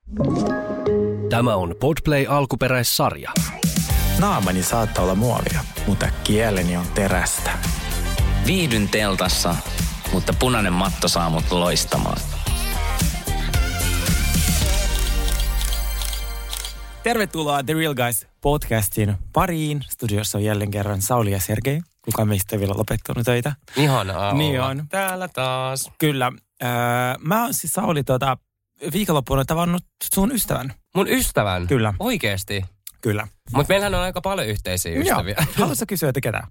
Tämä on Podplay alkuperäissarja. Naamani saattaa olla muovia, mutta kieleni on terästä. Viihdyn teltassa, mutta punainen matto saa mut loistamaan. Tervetuloa The Real Guys podcastin pariin. Studiossa on jälleen kerran Sauli ja Sergei. Kukaan meistä ei vielä lopettanut töitä. Ihanaa niin olla. on. Täällä taas. Kyllä. Mä oon siis Sauli viikonloppuna tavannut sun ystävän. Mun ystävän? Kyllä. Oikeesti? Kyllä. Mutta meillähän on aika paljon yhteisiä ystäviä. Joo. Haluatko kysyä, että ketä?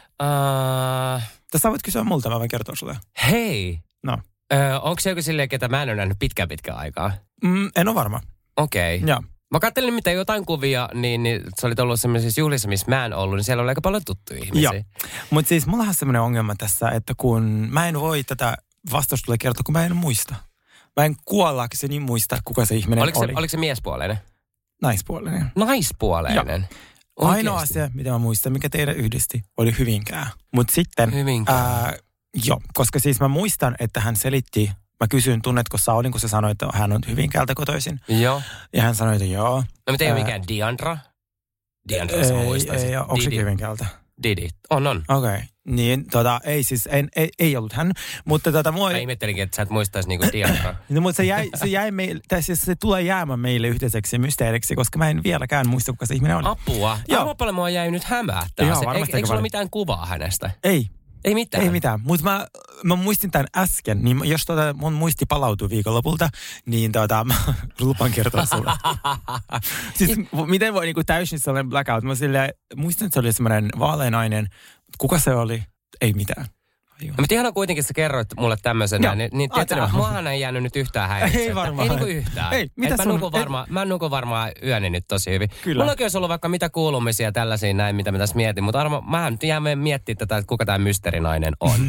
Sä voit kysyä multa, mä voin kertoa sulle. Hei. No. Onko se joku silleen, ketä mä en ole nähnyt pitkään aikaa? En ole varma. Okei. Joo. Mä katselin mitä jotain kuvia, niin se oli ollut sellaisissa juhlissa, missä mä en ollut, niin siellä oli aika paljon tuttuja ihmisiä. Joo. Mutta siis mullahan on sellainen ongelma tässä, että kun mä en voi tätä vastausta tulee kertoa, kun mä en muista. Mä en kuollakseni muista, kuka se ihminen oli. Oliko se miespuoleinen? Naispuolinen. Naispuoleinen? Joo. Ainoa asia, mitä mä muistan, mikä teidän yhdisti, oli Hyvinkää. Mutta sitten, koska siis mä muistan, että hän selitti, mä kysyin, tunnetko Saulin, kun se sanoi, että hän on Hyvinkäältä kotoisin. Joo. Ja hän sanoi, että joo. No mutta ei ole mikään Diandra? Diandra sä muistaisit. Ei, onko se Hyvinkäältä? Didi. On. Okei. Okay. Niin, ei siis, ei ollut hän. Mutta Mä ihmettelinkin, että sä et muistaisi niinku Diandra. No, mutta se jäi meille, tai siis se tulee jäämään meille yhteiseksi mysteeriksi, koska mä en vieläkään muista, kuka se ihminen on. Apua. Arvo paljon mua jäi nyt hämähtää. Eikö sulla mitään kuvaa hänestä? Ei. Ei mitään? Ei mitään, mutta mä muistin tämän äsken, niin jos mun muisti palautuu viikonlopulta, niin mä lupaan kertoa sulle. Siis miten voi niinku täysin sellainen blackout? Mä muistin, että se oli semmoinen vaaleanainen, mutta kuka se oli? Ei mitään. No, mutta ihanaa kuitenkin sä kerroit mulle tämmöisenä, niin tiedätkö, muahan ei jäänyt nyt yhtään häiritsee. Ei varmaan. Ei niinku yhtään. Ei, mä nukun varmaan yöni nyt tosi hyvin. Kyllä. Mulla olisi ollut vaikka mitä kuulumisia tällaisia näin, mitä mä tässä mietin, mutta mä nyt jään miettimään tätä, että kuka tämä mysteerinainen on.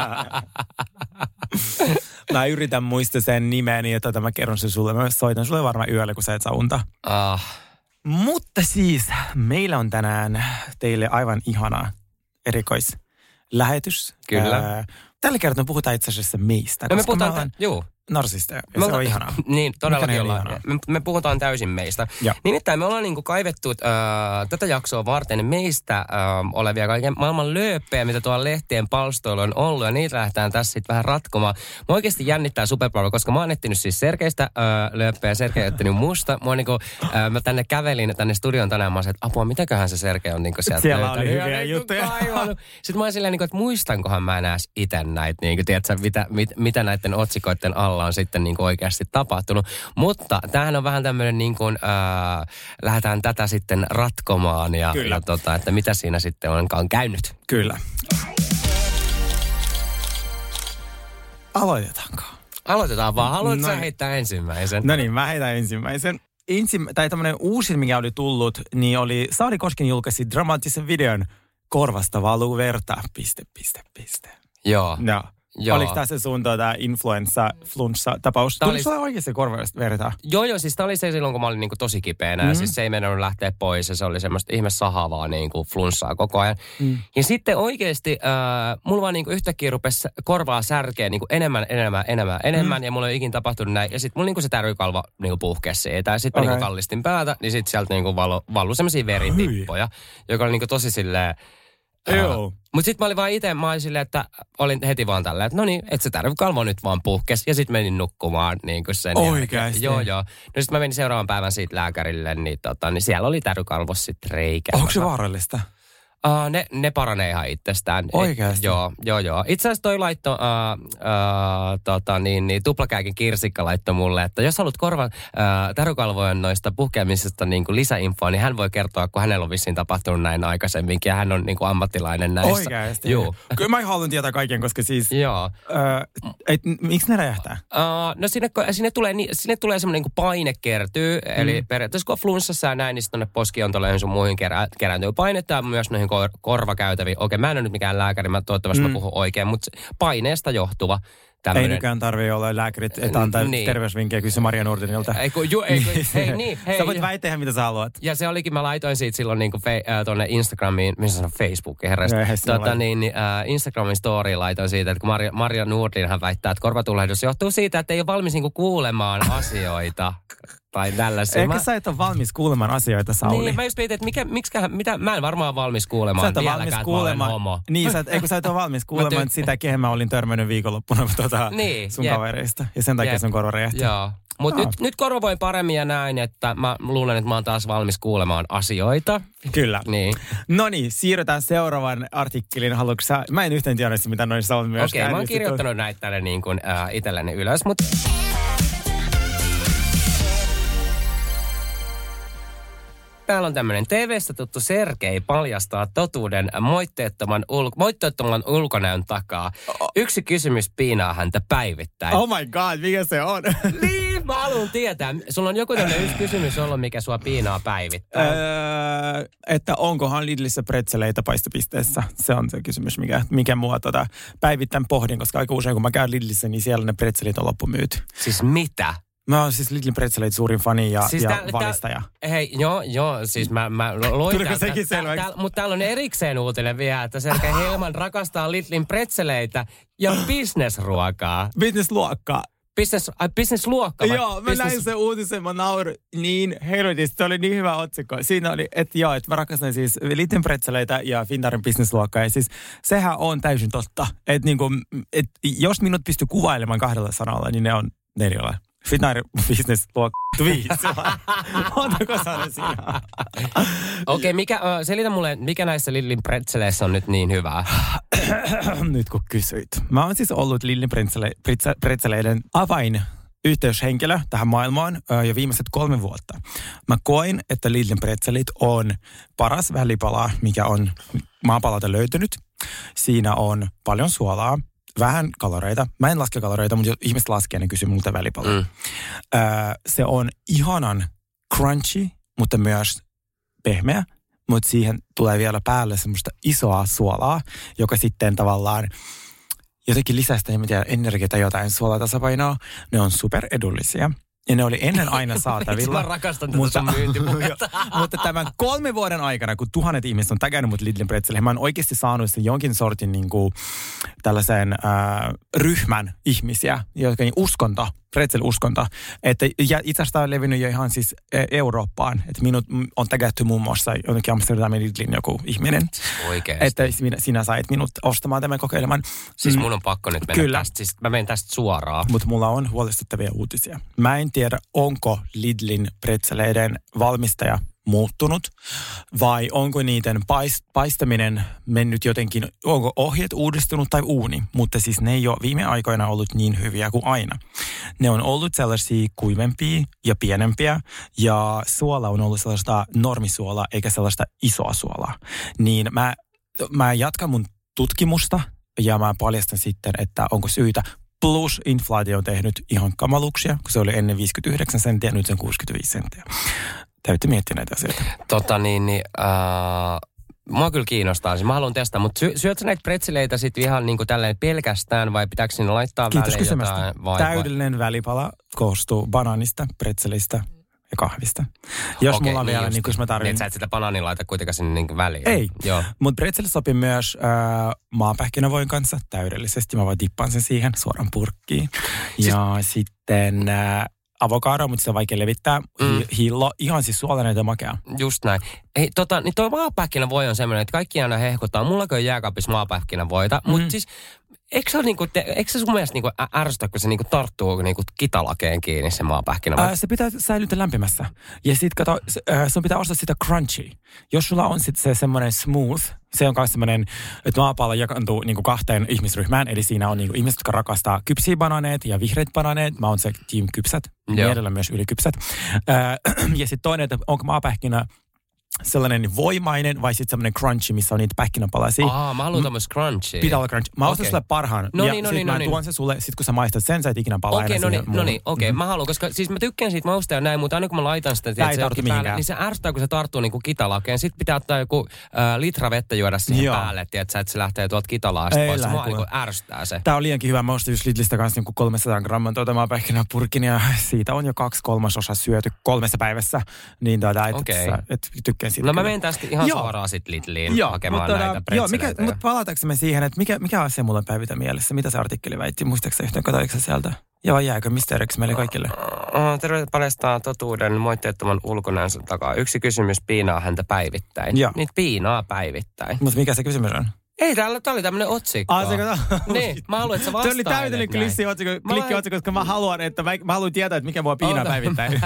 Mä yritän muistaa sen nimen, että mä kerron sen sulle. Mä soitan sulle varmaan yöllä, kun sä et saa unta. Mutta siis, meillä on tänään teille aivan ihana erikoislähetys. Kyllä. Tällä kertaa puhutaan itse asiassa meistä. No me puhutaan, narsisteja, ja se on ihanaa. Niin, todellakin ollaan. Me puhutaan täysin meistä. Ja. Nimittäin me ollaan niinku kaivettu tätä jaksoa varten meistä olevia kaiken maailman lööppejä, mitä tuolla lehtien palstoilla on ollut, ja niitä lähdetään tässä sitten vähän ratkomaan. Mä oikeasti jännittää superpalvelu, koska mä oon etsinyt siis Sergeistä lööppejä, Sergei on etsinyt musta. Mä tänne kävelin tänne studioon tänään, mä olisin, että apua, mitäköhän se Sergei on niinku sieltä siellä löytänyt. Oli hyviä juttuja. Sitten mä oon silleen, että muistankohan mä enää itse näitä, niin tiedätkö, mitä näiden otsikoiden alla on sitten niin kuin oikeasti tapahtunut. Mutta tämähän on vähän tämmöinen niin kuin, lähdetään tätä sitten ratkomaan ja että mitä siinä sitten onkaan käynyt. Kyllä. Aloitetaanko? Aloitetaan vaan. Haluatko sä heittää ensimmäisen? No niin, mä heitän ensimmäisen. Tämmöinen uusin, mikä oli tullut, niin oli Saari Kosken julkaisi dramaattisen videon Korvasta valuu verta, ... Joo. No. Oliko tämä se sun influenssa-tapaus? Tuliko sulla oikeasti korvasta verta? Joo, siis tämä oli se silloin, kun mä olin niinku tosi kipeänä. Ja siis se ei mennyt lähteä pois ja se oli semmoista ihme sahavaa niinku flunssaa koko ajan. Ja sitten oikeasti mulla vaan niinku yhtäkkiä rupesi korvaa särkeä niinku enemmän. Ja mulla ei ikinä tapahtunut näin. Ja sitten mulla niinku se tärykalvo niinku puhkesi siitä. Ja sitten mä niinku kallistin päätä, niin sitten sieltä niinku valui semmoisia veritippoja, joka oli niinku tosi silleen... Mutta sitten mä olin vaan itse, mä olin silleen, että olin heti vaan tälleen, että no niin, että se tärykalvo nyt vaan puhkesi. Ja sitten menin nukkumaan niin kuin sen oikeasti? Joo. No sitten mä menin seuraavan päivän siitä lääkärille, niin siellä oli tärykalvossa sitten reikä. Onko se vaarallista? Ne paranee ihan itsestään. Oikeasti? Joo. Itse asiassa toi laitto, tuplakääkin Kirsikka laittoi mulle, että jos haluat tärykalvojen noista puhkeamisesta niin kuin lisäinfoa, niin hän voi kertoa, kun hänellä on vissiin tapahtunut näin aikaisemminkin ja hän on niin kuin ammattilainen näissä. Oikeasti? Joo. Kyllä mä haluan tietää kaiken, koska siis... Joo. Miksi ne räjähtää? No sinne tulee semmoinen niin kuin paine kertyy, eli periaatteessa kun on flunssassa ja näin, niin sitten tuonne poskiontolle sun muihin kerääntyy painetta ja myös noihin korvakäytäviin. Okei, mä en ole nyt mikään lääkäri, toivottavasti mä puhun oikein, mutta paineesta johtuva tämmöinen. Ei nykyään tarvitse olla lääkärit, että antaa terveysvinkkejä kysyä Maria Nordinilta. Sä voit väittää, mitä sä haluat. Ja se olikin, mä laitoin siitä silloin niinku tuonne Instagramiin, missä sanon Facebookiin herrasta. Instagramin storyin laitoin siitä, että kun Maria Nordin hän väittää, että korvatulehdus johtuu siitä, että ei ole valmis niinku kuulemaan asioita. tai tällaisia. Ehkä sä et ole valmis kuulemaan asioita, Sauli. Niin, mä just mietin, että mä en varmaan valmis kuulemaan. Sä et ole valmis kuulemaan. Niin, sä et ole valmis kuulemaan sitä, kehen mä olin törmännyt viikonloppuna sun kavereista. Ja sen takia sun korva räjähti. Joo. Mutta nyt korvoin paremmin ja näin, että mä luulen, että mä oon taas valmis kuulemaan asioita. Kyllä. Niin. No niin, siirrytään seuraavan artikkelin. Haluatko sä? Mä en yhtään tiedä, mitä noissa on myös. Okei, mä oon kirjoittanut näitä tänne niin kuin itselleni ylös, mutta... Täällä on tämmöinen TV:stä tuttu Sergei paljastaa totuuden moitteettoman ulkonäön takaa. Yksi kysymys piinaa häntä päivittäin. Oh my god, mikä se on? Niin, mä haluan tietää. Sulla on joku tämmöinen yksi kysymys ollut, mikä sua piinaa päivittäin. Että onkohan Lidlissä pretzeleitä paistopisteessä? Se on se kysymys, mikä mua päivittäin pohdin, koska aika usein kun mä käyn Lidlissä, niin siellä ne pretzelit on loppumyyty. Siis mitä? Mä oon siis Lidlin pretzeleitä suurin fani ja valistaja. Hei, joo, siis mä loin tuliko sekin selväksi? Mutta täällä on erikseen uutinen vielä, että Sergei Helman rakastaa Lidlin pretzeleitä ja businessruokaa. Businessluokkaa. Businessluokka? Joo, mä näin sen uutisen, mä naurin niin helvetisti. Se oli niin hyvä otsikko. Siinä oli, että mä rakastan siis Lidlin pretzeleitä ja Finnairin businessluokkaa. Ja siis sehän on täysin totta. Että niinku, jos minut pystyy kuvailemaan 2 sanalla, niin ne on 4. Finnairin businessluokka 5. Ootako sanoa siinä? Okei, selitä mulle, mikä näissä Lidlin pretzeleissä on nyt niin hyvää? Nyt kun kysyit. Mä oon siis ollut Lidlin pretzeleiden yhteyshenkilö tähän maailmaan jo viimeiset 3 vuotta. Mä koin, että Lidlin pretzelit on paras välipala, mikä on maapalalta löytynyt. Siinä on paljon suolaa. Vähän kaloreita. Mä en laske kaloreita, mutta jos ihmiset laskee, ne kysyy multa välipaloa. Se on ihanan crunchy, mutta myös pehmeä. Mutta siihen tulee vielä päälle semmoista isoa suolaa, joka sitten tavallaan jotenkin lisää sitä, energiaa tai jotain suolatasapainoa. Ne on super edullisia. Ja ne oli ennen aina saatavilla. Mä rakastan tätä sun myyntipuhetta. Mutta tämän 3 vuoden aikana, kun 1000 ihmistä on tägännyt mut Lidlin pretzeleihin, mä oon oikeasti saanut sen jonkin sortin niinku tällaisen ryhmän ihmisiä, jotka niin pretzel-uskonto. Että itse asiassa on levinnyt jo ihan siis Eurooppaan. Että minut on tägätty muun muassa jonnekin Amsterdamin Lidlin joku ihminen. Oikeesti. Että sinä sait minut ostamaan tämän kokeileman. Siis mun on pakko nyt mennä tästä. Siis mä menen tästä suoraan. Mutta mulla on huolestuttavia uutisia. Mä en tiedä, onko Lidlin pretzeleiden valmistaja muuttunut vai onko niiden paistaminen mennyt jotenkin, onko ohjeet uudistunut tai uuni, mutta siis ne ei ole viime aikoina ollut niin hyviä kuin aina. Ne on ollut sellaisia kuivempia ja pienempiä ja suola on ollut sellaista normisuolaa eikä sellaista isoa suolaa. Niin mä jatkan mun tutkimusta ja mä paljastan sitten, että onko syytä. Plus inflaatio on tehnyt ihan kamaluksia, kun se oli ennen 59 senttiä, nyt se on 65 senttiä. Täytyy miettiä näitä asioita. Mua kyllä kiinnostaa. Siis mä haluan testaa, mutta syötkö näitä pretzeleitä sitten ihan niin kuin tälleen pelkästään vai pitääkö sinne laittaa väliin jotain? Täydellinen välipala koostuu banaanista, pretzelistä ja kahvista. Jos mulla on vielä, niin kuin mä tarvitsen... Niin sä et sitä banaania laita kuitenkaan sinne niin kuin väliin. Ei, mutta pretzel sopii myös maapähkinävoin kanssa täydellisesti. Mä vaan dippaan sen siihen suoraan purkkiin. Ja sitten... avokado, mutta se on vaikea levittää. Hillo, ihan siis suolainen ja makea. Just näin. Ei, niin tuo maapähkinävoi on semmoinen, että kaikki aina hehkuttaa. Mullakin on jääkaapissa maapähkinävoita, mutta siis eikö se sun mielestä niinku ärsytä, kun se niinku tarttuu niinku kitalakeen kiinni se maapähkinävoi? Se pitää säilyttää lämpimässä. Ja sit kato, sun pitää ostaa sitä crunchy. Jos sulla on sit se semmoinen smooth, se on myös semmoinen, että maapallo jakantuu niinku 2 ihmisryhmään. Eli siinä on niinku ihmiset, jotka rakastaa kypsiä banaaneet ja vihreät banaaneet. Mä oon se team kypsät. Mielellä myös ylikypsät. Ja sitten toinen, että onko maapähkinä sellainen voimainen vai sitten semmoinen crunchy, missä on niitä pähkinäpalasia. Mä haluan tämmöistä crunchy. Pitää olla crunchy. Mä ostan sulle parhaan. Mä tuon sen sulle, sit kun sä maistat sen, sä et ikinä palaa Okei. Mä haluan, koska siis mä tykkään siitä mausta ja näin, mutta aina kun mä laitan sitä, niin se ärsyttää, kun se tarttuu niinku kitalakeen. Sitten pitää ottaa joku litra vettä juoda siihen päälle, että se lähtee tuolta kitalaasta pois. Mua niinku ärsyttää se. Tää on liiankin hyvä. Mä ostin just Lidlistä kanssa niinku 300 gramman maapähkinäpurkin ja siitä on jo 2/3 syöty 3 päivässä. Niin tykkään siitä. No mä menen tästä ihan suoraan sit Lidliin hakemaan näitä pretzeleitä. Mutta palataanko me siihen, että mikä asia mulla on päivitä mielessä? Mitä se artikkeli väitti? Muistaaksä yhtään, katsoitko sieltä? Ja vai jääkö mysteeriksi meille kaikille? Terveet paljastaa totuuden moitteettoman ulkonäönsä takaa. Yksi kysymys piinaa häntä päivittäin. Joo. Niitä piinaa päivittäin. Mutta mikä se kysymys on? Ei, tää oli tämmönen otsikko. Se niin, mä haluan, että sä vastailet. Se oli täytynyt klikki-otsikko, koska mä haluan tietää, että mikä mua piinaa päivittäin.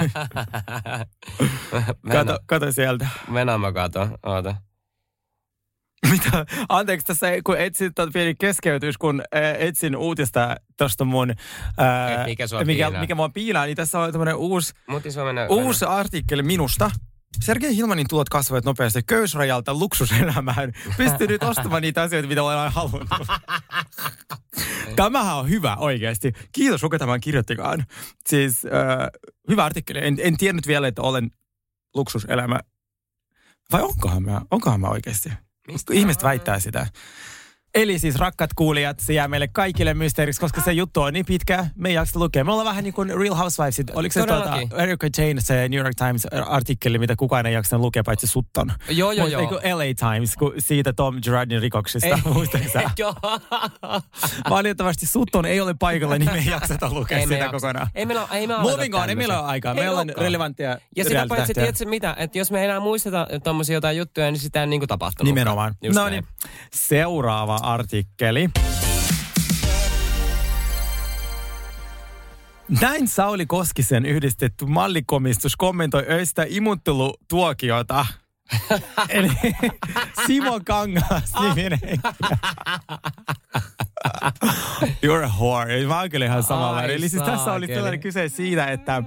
Kato sieltä. Mennään mä katon, oota. Mitä? Anteeksi, tässä kun etsin pieni keskeytys, kun etsin uutista tuosta mun... mikä mua piinaa, niin tässä on tämmönen uusi artikkeli minusta. Sergei Hilmanin tulot kasvavat nopeasti köysrajalta luksuselämään. Pystyn nyt ostamaan niitä asioita, mitä olen aina halunnut. Tämähän on hyvä oikeasti. Kiitos, kuka tämän kirjoittikaan. Siis hyvä artikkeli. En tiennyt vielä, että olen luksuselämä. Vai onkohan mä oikeasti? Ihmiset väittää sitä. Eli siis rakkaat kuulijat, se jää meille kaikille mysteeriksi, koska se juttu on niin pitkä, me ei jaksa lukea. Me ollaan vähän niin kuin Real Housewives. Oliko se Erica Jane, se New York Times-artikkeli, mitä kukaan ei jaksanut lukea, paitsi Sutton? Joo. Eikö LA Times, siitä Tom Girardin rikoksista, muistatko sä? Joo. Valitettavasti Sutton ei ole paikalla, niin me ei jakseta lukea sitä kokonaan. Ei meillä Moving on, ei meillä ole aikaa. Meillä on relevanttia. Ja sitä paitsi, tiedätkö mitä, että jos me ei enää muisteta tommosia jotain juttuja, niin sitä ei niin kuin tapahtunut. Nimenomaan. No niin, seuraava artikkeli. Näin Sauli Koskisen yhdistetty mallikomistus kommentoi öistä imuttelutuokiota. Eli Simo Kangas-niminen. You're a whore. Mä oon kyllä ihan samalla. Eli siis tässä oli tällainen kyse siitä, että...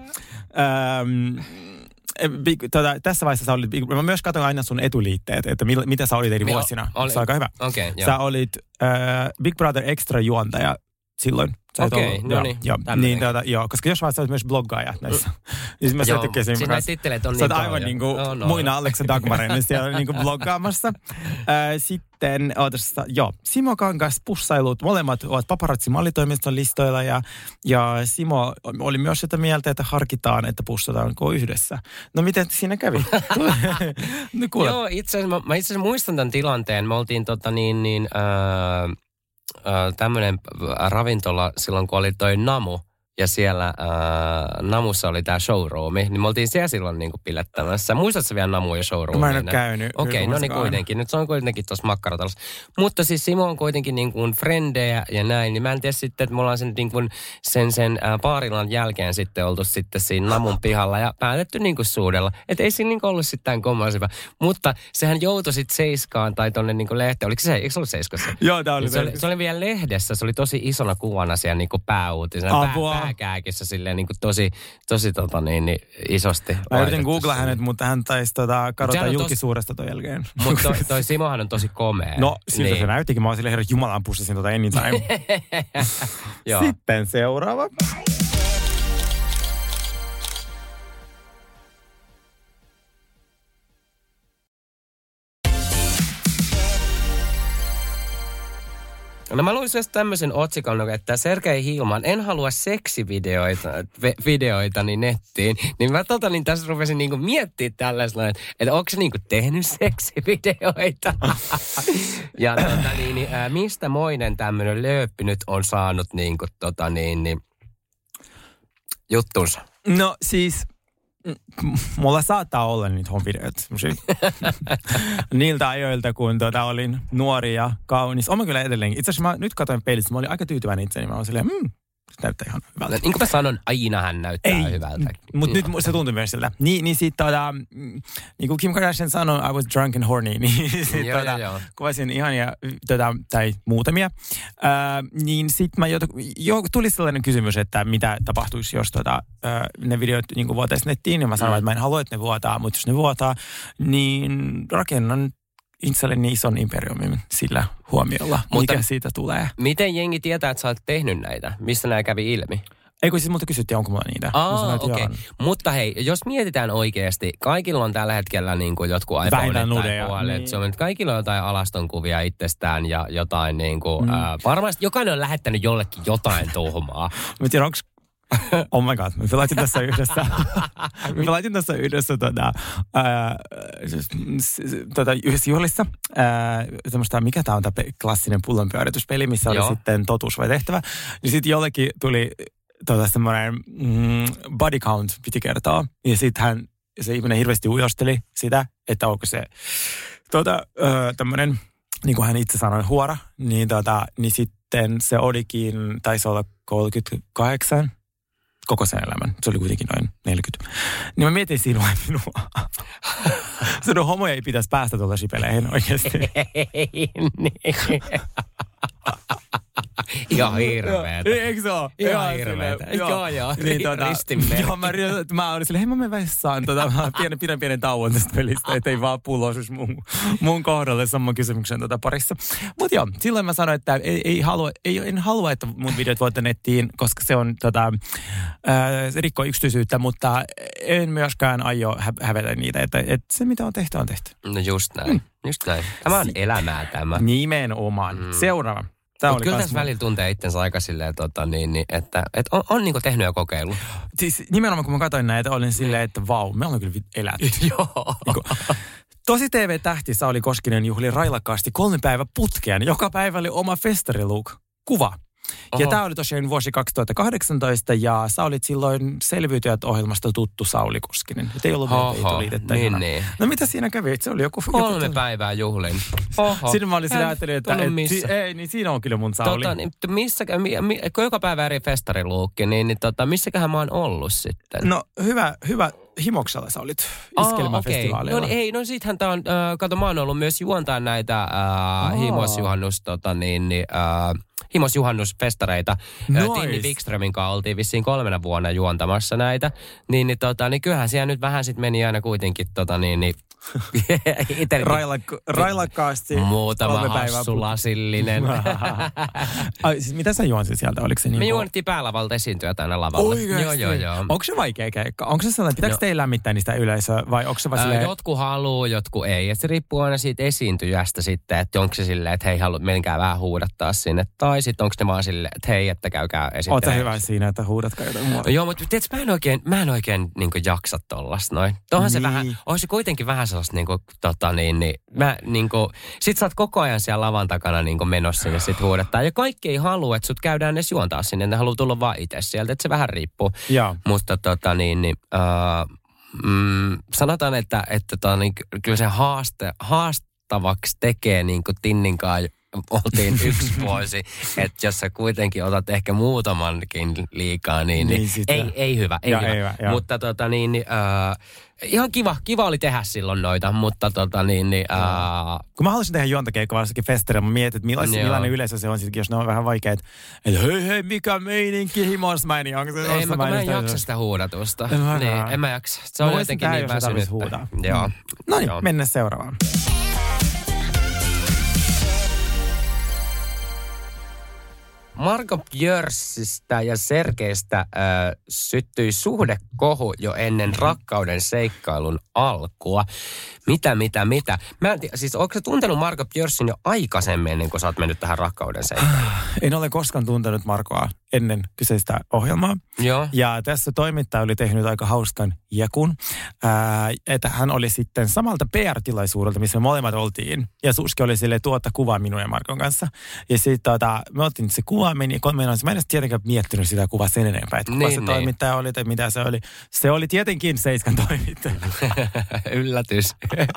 tässä vaiheessa mä myös katson aina sun etuliitteet, että mitä sä olit eri vuosina. Se on aika hyvä. Okay, sä olit Big Brother Extra juontaja silloin. Okei, no niin. Joo, koska jos vaan sä olet myös bloggaaja näissä. Siis mä tykkäsin. Siis näitä titteleet on niin paljon. Sä oot aivan niin kuin muina Alexa Dagmarin siellä niin kuin bloggaamassa. Sitten, Simo Kangas, pussailut, molemmat ovat paparazzi-mallitoimiston listoilla ja Simo oli myös sitä mieltä, että harkitaan, että pussataanko yhdessä. No miten siinä kävi? Joo, itse asiassa muistan tämän tilanteen. Me oltiin tämmöinen ravintola silloin, kun oli toi Namu. Ja siellä Namussa oli tää showroomi. Niin me oltiin siellä silloin niinku pilettämässä. Muistatko vielä Namu ja showroomia? Mä en ole käynyt. Okei, no niin kuitenkin. Nyt se on kuitenkin tuossa makkaratalossa. Mutta siis Simo on kuitenkin niin kuin frendejä ja näin. Niin mä en tiedä sitten, että me ollaan sen, niin kuin sen baarilan jälkeen sitten oltu sitten siinä Namun pihalla. Ja päätetty niin kuin suudella. Että ei siinä niin kuin ollut sitten kommas hyvä. Mutta sehän joutui sitten Seiskaan tai tonne niin kuin lehteen. Oliko se, eikö se ollut Seiskassa? Joo, tää oli se oli vielä lehdessä. Se oli tosi isona kuvana siellä niin kuin pääuutisena. Kääkissä silleen niin kuin tosi isosti. Mä yritin googlaa hänet, mutta hän taisi kadota julkisuudesta toi jälkeen. Mutta toi Simohan on tosi komea. No, siltä se näyttikin. Mä oon silleen, herra jumalaan pussasin anytime. Sitten seuraava. No mä luin just tämmöisen otsikon, että Sergei Hilman, en halua seksivideoitani nettiin. Niin mä tässä rupesin niinku miettimään tällaisella, että onko se niinku tehnyt seksivideoita? Ja mistä moinen tämmöinen lööppi nyt on saanut niinku juttunsa? No siis... Mulla saattaa olla niitä videoita. Niiltä ajoilta, kun olin nuori ja kaunis. Olen kyllä edelleenkin. Itse asiassa mä nyt katsoin peilistä, mä olin aika tyytyväinen itseni. Mä olin silleen, se näyttää ihan hyvältä. Niin kuin mä sanon, aina hän näyttää hyvältä. Mutta nyt se tuntui myös siltä. Niin sitten niin kuin Kim Kardashian sanoi, I was drunk and horny. Niin sitten kuvasin ihania, tai muutamia. Niin sitten tuli sellainen kysymys, että mitä tapahtuisi, jos ne videot niin vuotaisiin nettiin. Ja mä sanoin, että mä en halua, että ne vuotaa, mutta jos ne vuotaa, niin rakennan itselleni ison imperiumin sillä huomiolla, mutta mikä siitä tulee. Miten jengi tietää, että sä oot tehnyt näitä? Mistä nämä kävi ilmi? Ei kun siis multa kysyttiin, onko mulla niitä. Okei. Mutta hei, jos mietitään oikeasti, kaikilla on tällä hetkellä niin kuin jotkut iPhoneit tai puolet. Niin. Kaikilla on jotain alastonkuvia itsestään ja jotain niin kuin, varmasti jokainen on lähettänyt jollekin jotain tuhmaa. Mä tiedän, onko oh my god, me pelaitin tässä yhdessä yhdessä juhlissa. Semmoista, mikä tää on tää klassinen pullonpyörityspeli, missä oli sitten totuus vai tehtävä. Niin sitten jollekin tuli semmoinen body count piti kertoa. Ja sitten se ihminen hirveästi ujosteli sitä, että onko se tämmöinen, niin kuin hän itse sanoi, huora. Niin sitten se olikin, taisi olla 38 koko sen elämän. Se oli kuitenkin noin 40. Niin mä mietin sinua ja minua. Sinun homoja ei pitäisi päästä tuolta sipeleihin oikeasti. Ei niin. Ihan hirveetä. Eikö se ole? Ihan hirveetä. Joo. Niin, ristinmerkki. Joo, mä olin silleen, hei mä menen vessaan. Pidän pienen tauon tästä pelistä, ettei vaan pullo osuisi mun kohdalle saman kysymyksen parissa. Mutta joo, silloin mä sanoin, että en halua, että mun videot voitte nettiin, koska se on se rikkoo yksityisyyttä, mutta en myöskään aio hävetä niitä, että se mitä on tehty, on tehty. No just näin. Just näin. Tämä on elämää tämä. Nimenomaan. Seuraava. Mutta kyllä tässä välillä tuntee itsensä aika silleen, että on niinku tehnyt jo kokeilu. Siis nimenomaan kun mä katsoin näitä, olin silleen, että vau, me ollaan kyllä elätty. Joo. Tosi TV-tähti Sauli Koskinen juhli railakkaasti 3 päivää putkeen. Joka päivä oli oma festarilook. Kuva. Ja tämä oli tosiaan vuosi 2018 ja sä olit silloin Selviytyjät-ohjelmasta tuttu Sauli Koskinen. Et ei ollut liitettävänä. Niin. No mitä siinä kävi? Se oli joku 3 päivää juhlin. Siinä mä olin ajattelin, että niin siinä on kyllä mun Sauli. Kun joka päivä eri festariluukki, niin missäköhän mä oon ollut sitten? No hyvä. Himoksella sä olit iskelmäfestivaalilla. No sittenhän tää on, mä oon ollut myös juontaa näitä himosjuhannusfestareita. Tinni Wikströmin kanssa oltiin vissiin 3 vuonna juontamassa näitä. Niin kyllähän siellä nyt vähän sit meni aina kuitenkin railakkaasti. Muutama hassulasillinen. Siis mitä sä juonsit sieltä? Oliko se Me juonittiin päälavalta esiintyjät aina lavalla. Joo. Onko se vaikea keikka? Onko se sellainen, pitääkö teillä lämmittää niistä yleisöä vai onko se vaan silleen? Jotkut haluu, jotkut ei. Ja se riippuu aina siitä esiintyjästä sitten, että onko se silleen, että hei, menkää vähän huudattaa sinne. Tai sitten onko ne vaan silleen, että hei, että käykää esittelemään. Oot sä hyvä siinä, että huudatkaa jotain muuta? Joo, mutta tiedätkö, mä en oikein niin jaksa tollasta noin. Onhan se vähän, on se kuitenkin vähän sellaista sit sä oot koko ajan siellä lavan takana menossa sinne sit huudattaa. Ja kaikki ei halua, että sut käydään edes juontaa sinne. Ne haluaa tulla vaan itse sieltä, että se vähän riippuu. Joo. Mutta sanotaan, että kyllä se haastavaksi tekee Tinninkaan oltiin 1 vuosi, että jos sä kuitenkin otat ehkä muutamankin liikaa, niin ei hyvä. Mutta ihan kiva oli tehdä silloin noita, mutta kun mä haluaisin tehdä juontakeikkoa varsinkin festareilla, mä mietin, että millainen yleisö se on, jos ne on vähän vaikeat. Että hei, mikä meininki, himosmäini, onko se ei, kun mä en jaksa sitä huudatusta. En mä jaksa. Se on jotenkin niin väsynyt. Joo. No niin, mennään seuraavaan. Marko Björssistä ja Sergeistä syttyi suhdekohu jo ennen rakkauden seikkailun alkua. Mitä? Mä en tiedä, siis ootko sä tuntenut Marko Björssin jo aikaisemmin, ennen kuin sä oot mennyt tähän rakkauden seikkailuun? En ole koskaan tuntenut Markoa ennen kyseistä ohjelmaa. Joo. Ja tässä toimittaja oli tehnyt aika hauskan jakun, että hän oli sitten samalta PR-tilaisuudelta, missä me molemmat oltiin. Ja Suski oli silleen, tuota kuvaa minun ja Markon kanssa. Ja sitten me otin se kuva, mä en edes tietenkään miettinyt sitä kuvaa sen enempää, että kuka se toimittaja oli tai mitä se oli. Se oli tietenkin Seiskan toimittaja. Yllätys.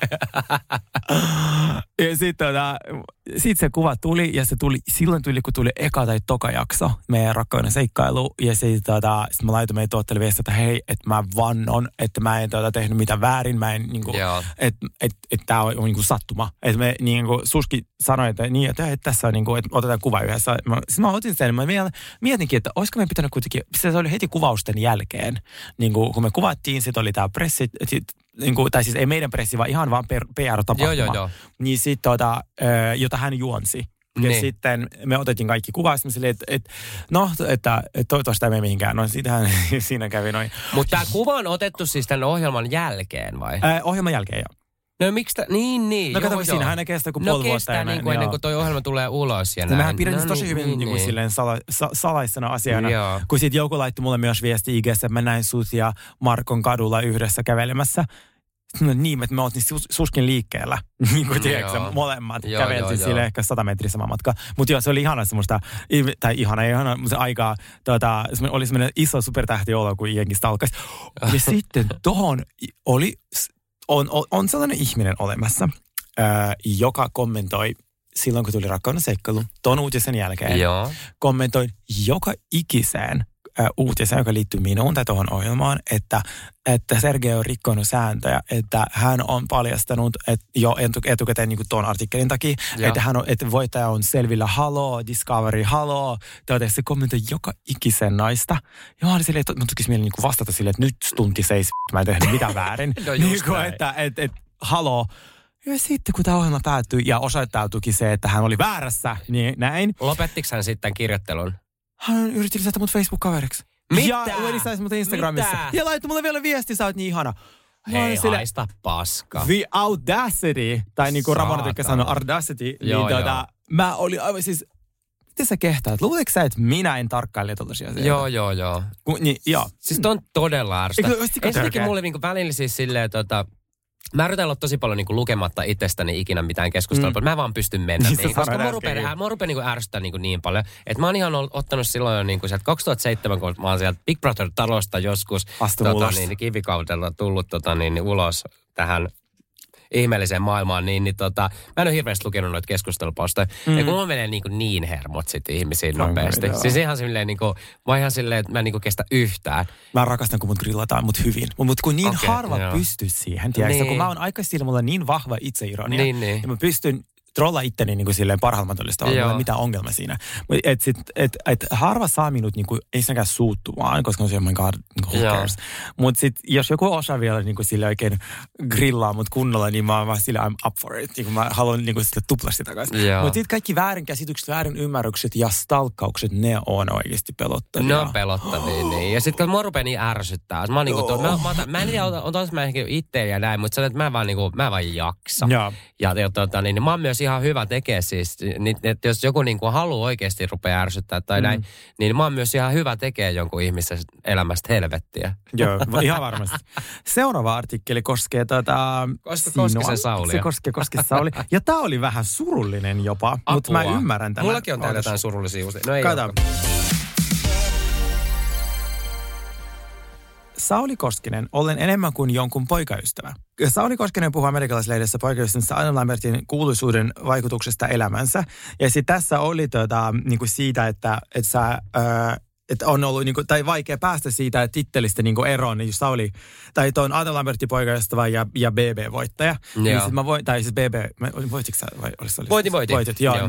Ja sitten se kuva tuli ja se tuli silloin kun tuli eka tai toka jakso meidän rakkauden seikkailu. Ja sitten mä laitoin meidän tuotteelle viestiä, että hei, että mä vannon, että mä en tehnyt mitään väärin. Mä en että tää on sattuma. Että me Suski sanoi, että tässä on että otetaan kuva yhdessä. Sitten mä otin sen, mä mietinkin, että olisiko me pitänyt kuitenkin, se oli heti kuvausten jälkeen. Kun me kuvattiin, sit oli tää pressi, tai siis ei meidän pressi, vaan ihan vaan PR-tapahtuma. Joo. Niin sitten jota hän juonsi. Ja niin. Sitten me otettiin kaikki kuvaa, että toivottavasti ei mene mihinkään. No sitähän siinä kävi noin. Mutta tämä kuva on otettu siis tämän ohjelman jälkeen vai? Ohjelman jälkeen, joo. No miksi niin? No kato, siinähän ne kestää kuin puoli vuotta. No kestää ennen kuin toi ohjelma tulee ulos ja näin. Mehän pidetään tosi hyvin silleen salaisena asiana. Joo. Kun sit joku laittoi mulle myös viesti IG:ssä, että mä näin sut ja Markon kadulla yhdessä kävelemässä. niin, että me oltiin suskin liikkeellä, niin kuin tiedätkö, molemmat käveltiin sille ehkä 100 metriä sama matka. Mutta joo, se oli ihana semmoista, tai ihana, mutta se aikaa, oli semmoinen iso supertähtiolo, kun Jenkistä alkaisi. Ja sitten tohon on sellainen ihminen olemassa, joka kommentoi silloin, kun tuli Rakkauden seikkailu, ton uutisen jälkeen, kommentoi joka ikiseen uutiseen, joka liittyy minuun tai tuohon ohjelmaan, että Sergei on rikkonut sääntöjä, että hän on paljastanut jo etukäteen niin kuin tuon artikkelin takia, että voittaja on selvillä, haloo, Discovery, haloo. Se kommentoi joka ikisen naista. Ja mä olin silleen, että mun tukisi mieli niin vastata silleen, että nyt tunti seis, mä en tehnyt mitään väärin. Niin kuin, että haloo. Ja sitten kun tämä ohjelma päättyi ja osoittautuikin se, että hän oli väärässä, niin näin. Lopettiko hän sitten kirjoittelun? Hän yritti lisätä mut Facebook-kaveriksi. Mitä? Ja lisäisi mut Instagramissa. Mitä? Ja laittoi mulle vielä viesti, sä oot niin ihana. Hei, haista paska. The audacity, tai niin kuin Ramona tykkää sanoa audacity, joo, niin mä olin aivan siis, miten sä kehtaat? Luuletko sä, että minä en tarkkaile tollaisia asioita? Joo. Joo. Siis ton todella ärsytä. Ensinnäkin mulle niinku välillä siis silleen, mä yritän olla tosi paljon niinku lukematta itsestäni ikinä mitään keskustelua, mä vaan pystyn mennä niin, koska mä rupean niinku ärsyttää niin paljon. Että mä oon ihan ottanut silloin jo niinku sieltä 2007, kun mä oon sieltä Big Brother-talosta joskus kivikaudella tullut ulos tähän ihmeelliseen maailmaan, niin mä en ole hirveästi lukenut noita keskustelupaustoja. Ja kun mulla menee niin hermot sitten ihmisiin nopeasti. Siis ihan silleen mä ihan silleen, että mä en kestä yhtään. Mä rakastan, kun mut grillataan, mut hyvin. Mutta kun harva pystyy siihen, tiedätkö? Kun mä oon aikaisesti mulla niin vahva itseironia. Ja mä pystyn trolla itteni niin kuin silleen parhaalla mahdollista, ei ole mitään ongelma siinä. Et harva saa minut niin kuin, ei senkään suuttumaan, koska on se, oh my god, who cares. Mutta sitten jos joku osaa vielä niin kuin sille oikein grillaa mut kunnolla, niin mä oon vaan silleen, I'm up for it. Niin kuin mä haluan niin kuin sitä tuplasti takaisin. Mutta sitten kaikki väärinkäsitykset, väärinymmärrykset ja stalkkaukset, ne on oikeasti pelottavia. Ne on pelottavia, niin. Ja sitten kun mua rupeaa niin ärsyttää. Mä oon niin kuin, mä en tiedä, on mä ehkä itse ja näin, mutta sanoin, että mä vaan jaksa. Ja niin mä oon myös ihan hyvä tekee siis, että jos joku niin kuin haluaa oikeasti rupea ärsyttää tai näin, niin mä oon myös ihan hyvä tekee jonkun ihmisen elämästä helvettiä. Joo, ihan varmasti. Seuraava artikkeli koskee Koskisen Sauli. Se koskee Sauli. Ja tää oli vähän surullinen jopa, mutta mä ymmärrän tämän. Mullakin on täällä jotain surullisia usein. No ei Kato. Sauli Koskinen, olen enemmän kuin jonkun poikaystävä. Sauli Koskinen puhuu amerikkalaislehdessä poikaystävänsä Adam Lambertin kuuluisuuden vaikutuksesta elämänsä. Ja sitten tässä oli niinku siitä, että on ollut niinku, tai vaikea päästä siitä tittelistä niinku eroon, niin Sauli, tai tuon Adam Lambertin poikaystävä ja BB-voittaja. Niin sit mä tai siis BB, voititko sä vai olisi? Voitit, joo.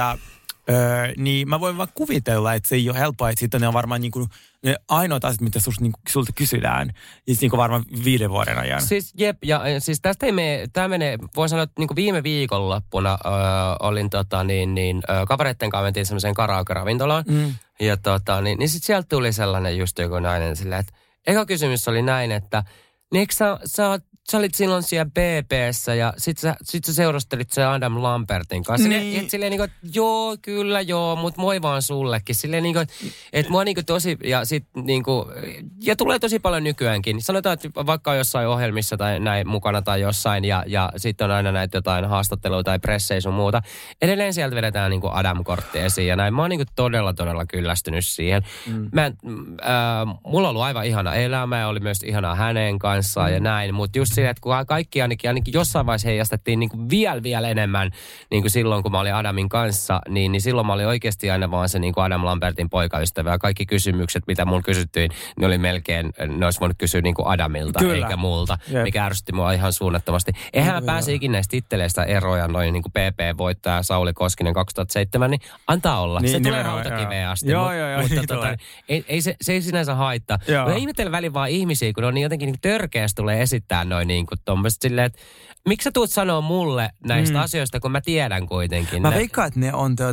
Niin mä voin vaan kuvitella, että se ei ole helppoa, että sitten ne on varmaan niinku ne ainoat asiat, mitä sulta kysytään, ja niinku varmaan 5 vuoden ajan. Siis jep, ja siis tästä tämä menee, voin sanoa, että niinku viime viikonloppuna olin kavereitten kanssa mentiin semmoiseen karaoke-ravintolaan, ja niin sitten sieltä tuli sellainen just joku nainen silleen, että eka kysymys oli näin, että niin sä olit silloin siellä BB:ssä ja sit sä seurustelit se Adam Lambertin kanssa. Niin. Silleen niinku, joo, kyllä joo, mut moi vaan sullekin. Silleen niinku, että mua niinku tosi, ja sit niinku, ja tulee tosi paljon nykyäänkin. Sanotaan, että vaikka on jossain ohjelmissa tai näin mukana tai jossain, ja sitten on aina näitä jotain haastatteluja tai pressejä sun muuta. Edelleen sieltä vedetään niinku Adam-kortti esiin ja näin. Mä oon niinku todella kyllästynyt siihen. Mulla on ollut aivan ihana elämä ja oli myös ihanaa hänen kanssaan ja näin, mutta just silleen, että kun kaikki ainakin jossain vaiheessa heijastettiin niin kuin vielä enemmän niin kuin silloin, kun mä olin Adamin kanssa, niin silloin mä olin oikeasti aina vaan se niin kuin Adam Lambertin poikaystävä. Ja kaikki kysymykset, mitä mulla kysyttiin, ne oli melkein, ne olisi voinut kysyä niin kuin Adamilta, eikä multa, mikä ärsytti mua ihan suunnattomasti. Eihän mä pääse ikinä näistä titteleistä eroja, noin niin kuin PP-voittaja Sauli Koskinen 2007, niin antaa olla. Niin, se tulee rautakiveen asti. Mutta se ei sinänsä haittaa. Mä ihmettelen välillä vaan ihmisiä, kun on niin jotenkin niin törkeästi tulee esittää noin niin kuin tommoista silleen, että miksi sä tuut sanoa mulle näistä asioista, kun mä tiedän kuitenkin. Mä veikkaan, että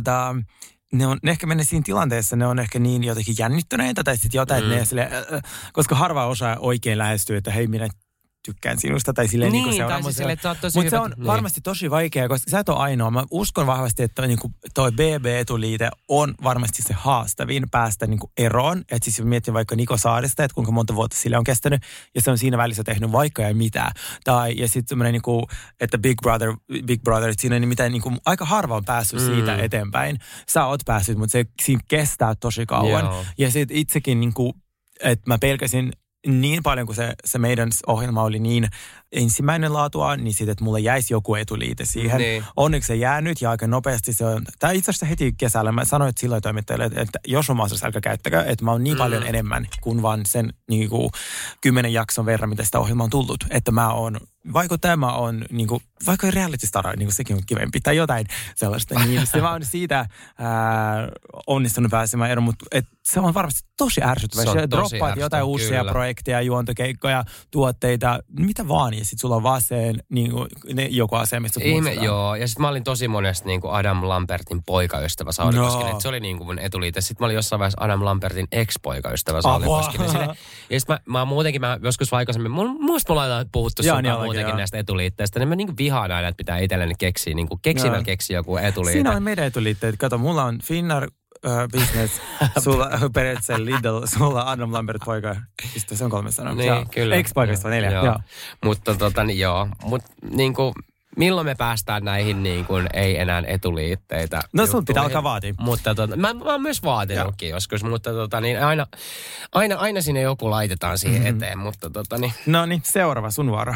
ne ehkä menee siinä tilanteessa, ne on ehkä niin jotenkin jännittyneitä tai sitten jotain, että ne silleen, koska harva osaa oikein lähestyä, että hei minä tykkään sinusta tai silleen Niin, niin seuraa. tai siis silleen, että sä oot tosi Mutta se hyvä. on Niin. varmasti tosi vaikea, koska sä et ole ainoa. Mä uskon vahvasti, että niin kuin toi BB-etuliite on varmasti se haastavin päästä niin kuin eroon. Että siis mietin vaikka Niko Saarista, että kuinka monta vuotta sille on kestänyt ja se on siinä välissä tehnyt vaikka ja mitä. Ja sitten semmoinen, niin kuin, että Big Brother, että siinä nimittäin niin kuin, aika harva on päässyt siitä eteenpäin. Sä oot päässyt, mutta se siinä kestää tosi kauan. Joo. Ja sitten itsekin, niin kuin, että mä pelkäsin niin paljon, kun se meidän ohjelma oli niin ensimmäinen laatua, niin sitten, että mulle jäisi joku etuliite siihen. Niin. Onneksi se jää nyt ja aika nopeasti se on. Tai itse asiassa heti kesällä mä sanoin, että silloin toimittajille, että jos on mahdollista, älkää käyttäkää, että mä oon niin paljon enemmän kuin vaan sen niin kuin 10 jakson verran, mitä sitä ohjelmaa on tullut. Että mä oon, vaikka tämä on niin kuin, vaikka reality star, niin kuin sekin on kivempi tai jotain sellaista, niin se mä oon siitä onnistunut pääsemään eroon, mutta se on varmasti tosi ärsyttävää. Se on Se tosi droppaat jotain uusia kyllä. projekteja, juontokeikkoja, tuotteita, mitä vaan, ja sit sulla on vaan se niin kuin, joku asia, mistä sut muistetaan. Joo, ja sitten mä olin tosi monesti niin kuin Adam Lambertin poikaystävä Sauli Koskinen. Se oli niin kuin mun etuliite. Sitten mä olin jossain vaiheessa Adam Lambertin ex-poikaystävä Sauli Koskinen. Ja sitten mä joskus aikaisemmin, muista mulla on puhuttu muutenkin näistä etuliitteistä, niin mä niin kuin vihaan aina, että pitää itselleni keksiä, niin kuin keksimällä keksiä joku etuliite. Siinä on meidän etuliitteet. Kato, mulla on Finnar Business, sulla periaatteessa Lidl, sulla Adam Lambert poika. Se on 3 sanaa. Niin, kyllä. Ex-poikasta 4, joo. Mutta joo. Mutta niin kuin, milloin me päästään näihin niin kuin, ei enää etuliitteitä? No sun pitää alkaa vaatia. Mutta mä oon myös vaatinutkin joskus, mutta niin aina sinne joku laitetaan siihen eteen, mutta niin. No niin, seuraava sun vuoro.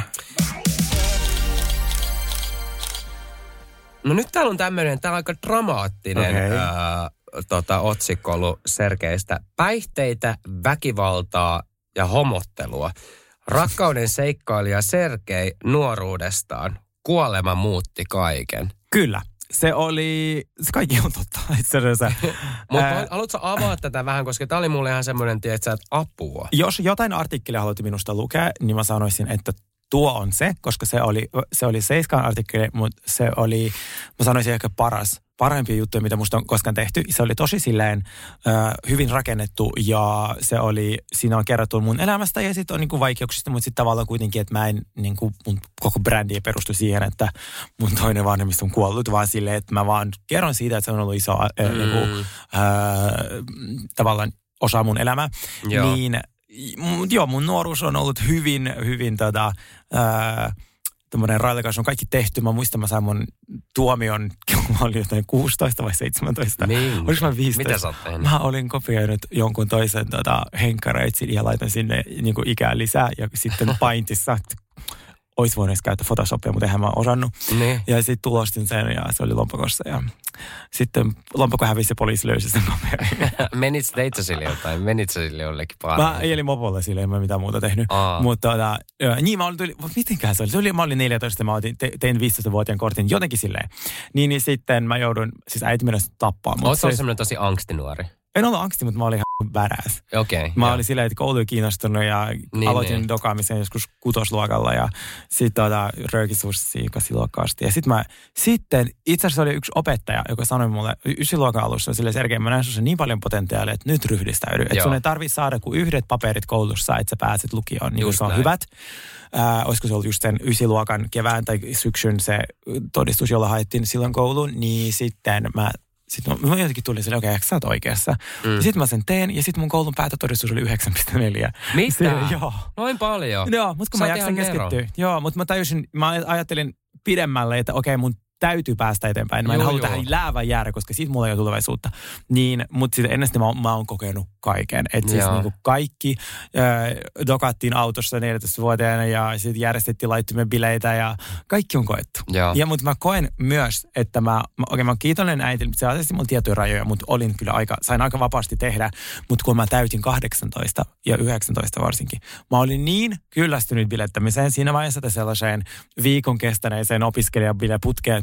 No nyt täällä on tämmöinen, tää on aika dramaattinen otsikko ollut Sergeistä. Päihteitä, väkivaltaa ja homottelua. Rakkauden seikkailija Sergei nuoruudestaan. Kuolema muutti kaiken. Kyllä. Se kaikki on totta itse asiassa. Mutta haluatko avaa tätä vähän, koska tämä oli mulle ihan semmoinen, että apua. Jos jotain artikkelia haluat minusta lukea, niin mä sanoisin, että tuo on se, koska se oli Seiskan artikkeli, mutta se oli, mä sanoisin ehkä parempia juttuja, mitä musta on koskaan tehty. Se oli tosi silleen hyvin rakennettu ja siinä on kerrottu mun elämästä ja sitten on niinku vaikeuksista, mutta sitten tavallaan kuitenkin, että mä en niinku, mun koko brändi ei perustu siihen, että mun toinen vanhemmista on kuollut, vaan silleen, että mä vaan kerron siitä, että se on ollut iso tavallaan osa mun elämää. Joo. Niin, mun nuoruus on ollut hyvin tämmöinen railakas on kaikki tehty. Mä muistan, mä sain mun tuomion, kun mä olin jotain 16 vai 17. Oliko mä 15? Mitä sä oot tehnyt? Mä olin kopioinut jonkun toisen henkkareitsin ja laitan sinne niin kuin ikää lisää. Ja sitten Paintissa olisi voinut edes käyttää Photoshopia, mutta eihän mä osannut. Niin. Ja sitten tulostin sen ja se oli lompakossa. Ja sitten lompako hävisi ja poliisi löysi sen paperin. Menit sille jollekin paljon? Mä elin mopolla sille, en mä mitään muuta tehnyt. Mutta niin mä olin, mitenkään se oli? Mä olin 14, mä tein 15-vuotiaan kortin jotenkin silleen. Niin sitten mä joudun, siis äiti mennessä tappaa. Oletko semmoinen tosi angstinuori? En ollut angsti, mutta mä olin ihan badass. Okei. Mä olin silleen, että koulu oli kiinnostunut ja aloitin dokaamisen joskus 6-luokalla ja sitten röökisuussia 8-luokkaa asti. Ja sitten itse asiassa oli yksi opettaja, joka sanoi mulle 9-luokan alussa silleen, Sergei, mä näen sussa niin paljon potentiaalia, että nyt ryhdistäydy. Että sun ei tarvitse saada kuin yhdet paperit koulussa, että sä pääset lukioon, niin se on näin. Hyvät. Olisiko se ollut just sen 9-luokan kevään tai syksyn se todistus, jolla haettiin silloin kouluun, niin sitten mä jotenkin tulin sille, okei, sä oot oikeassa. Ja sitten mä sen teen, ja sitten mun koulun päätötodistus oli 9,4. Mitä? Joo. Noin paljon? Joo, mutta kun mä jaksan keskittyä. Joo, mutta mä ajattelin pidemmälle, että okei, mun täytyy päästä eteenpäin. Mä en halua tähän läävän jäädä, koska siitä mulla ei ole tulevaisuutta. Niin, mutta sitten ennen sitä mä oon kokenut kaiken. Että siis niinku kaikki dokattiin autossa 14-vuotiaana ja sitten järjestettiin laittomia bileitä ja kaikki on koettu. Ja mutta mä koen myös, että mä oon kiitollinen äitille, se asetti mulla tiettyjä rajoja, mutta sain aika vapaasti tehdä. Mutta kun mä täytin 18 ja 19 varsinkin, mä olin niin kyllästynyt bilettämiseen siinä vaiheessa sellaiseen viikon kestäneeseen opiskelijabileputkeen,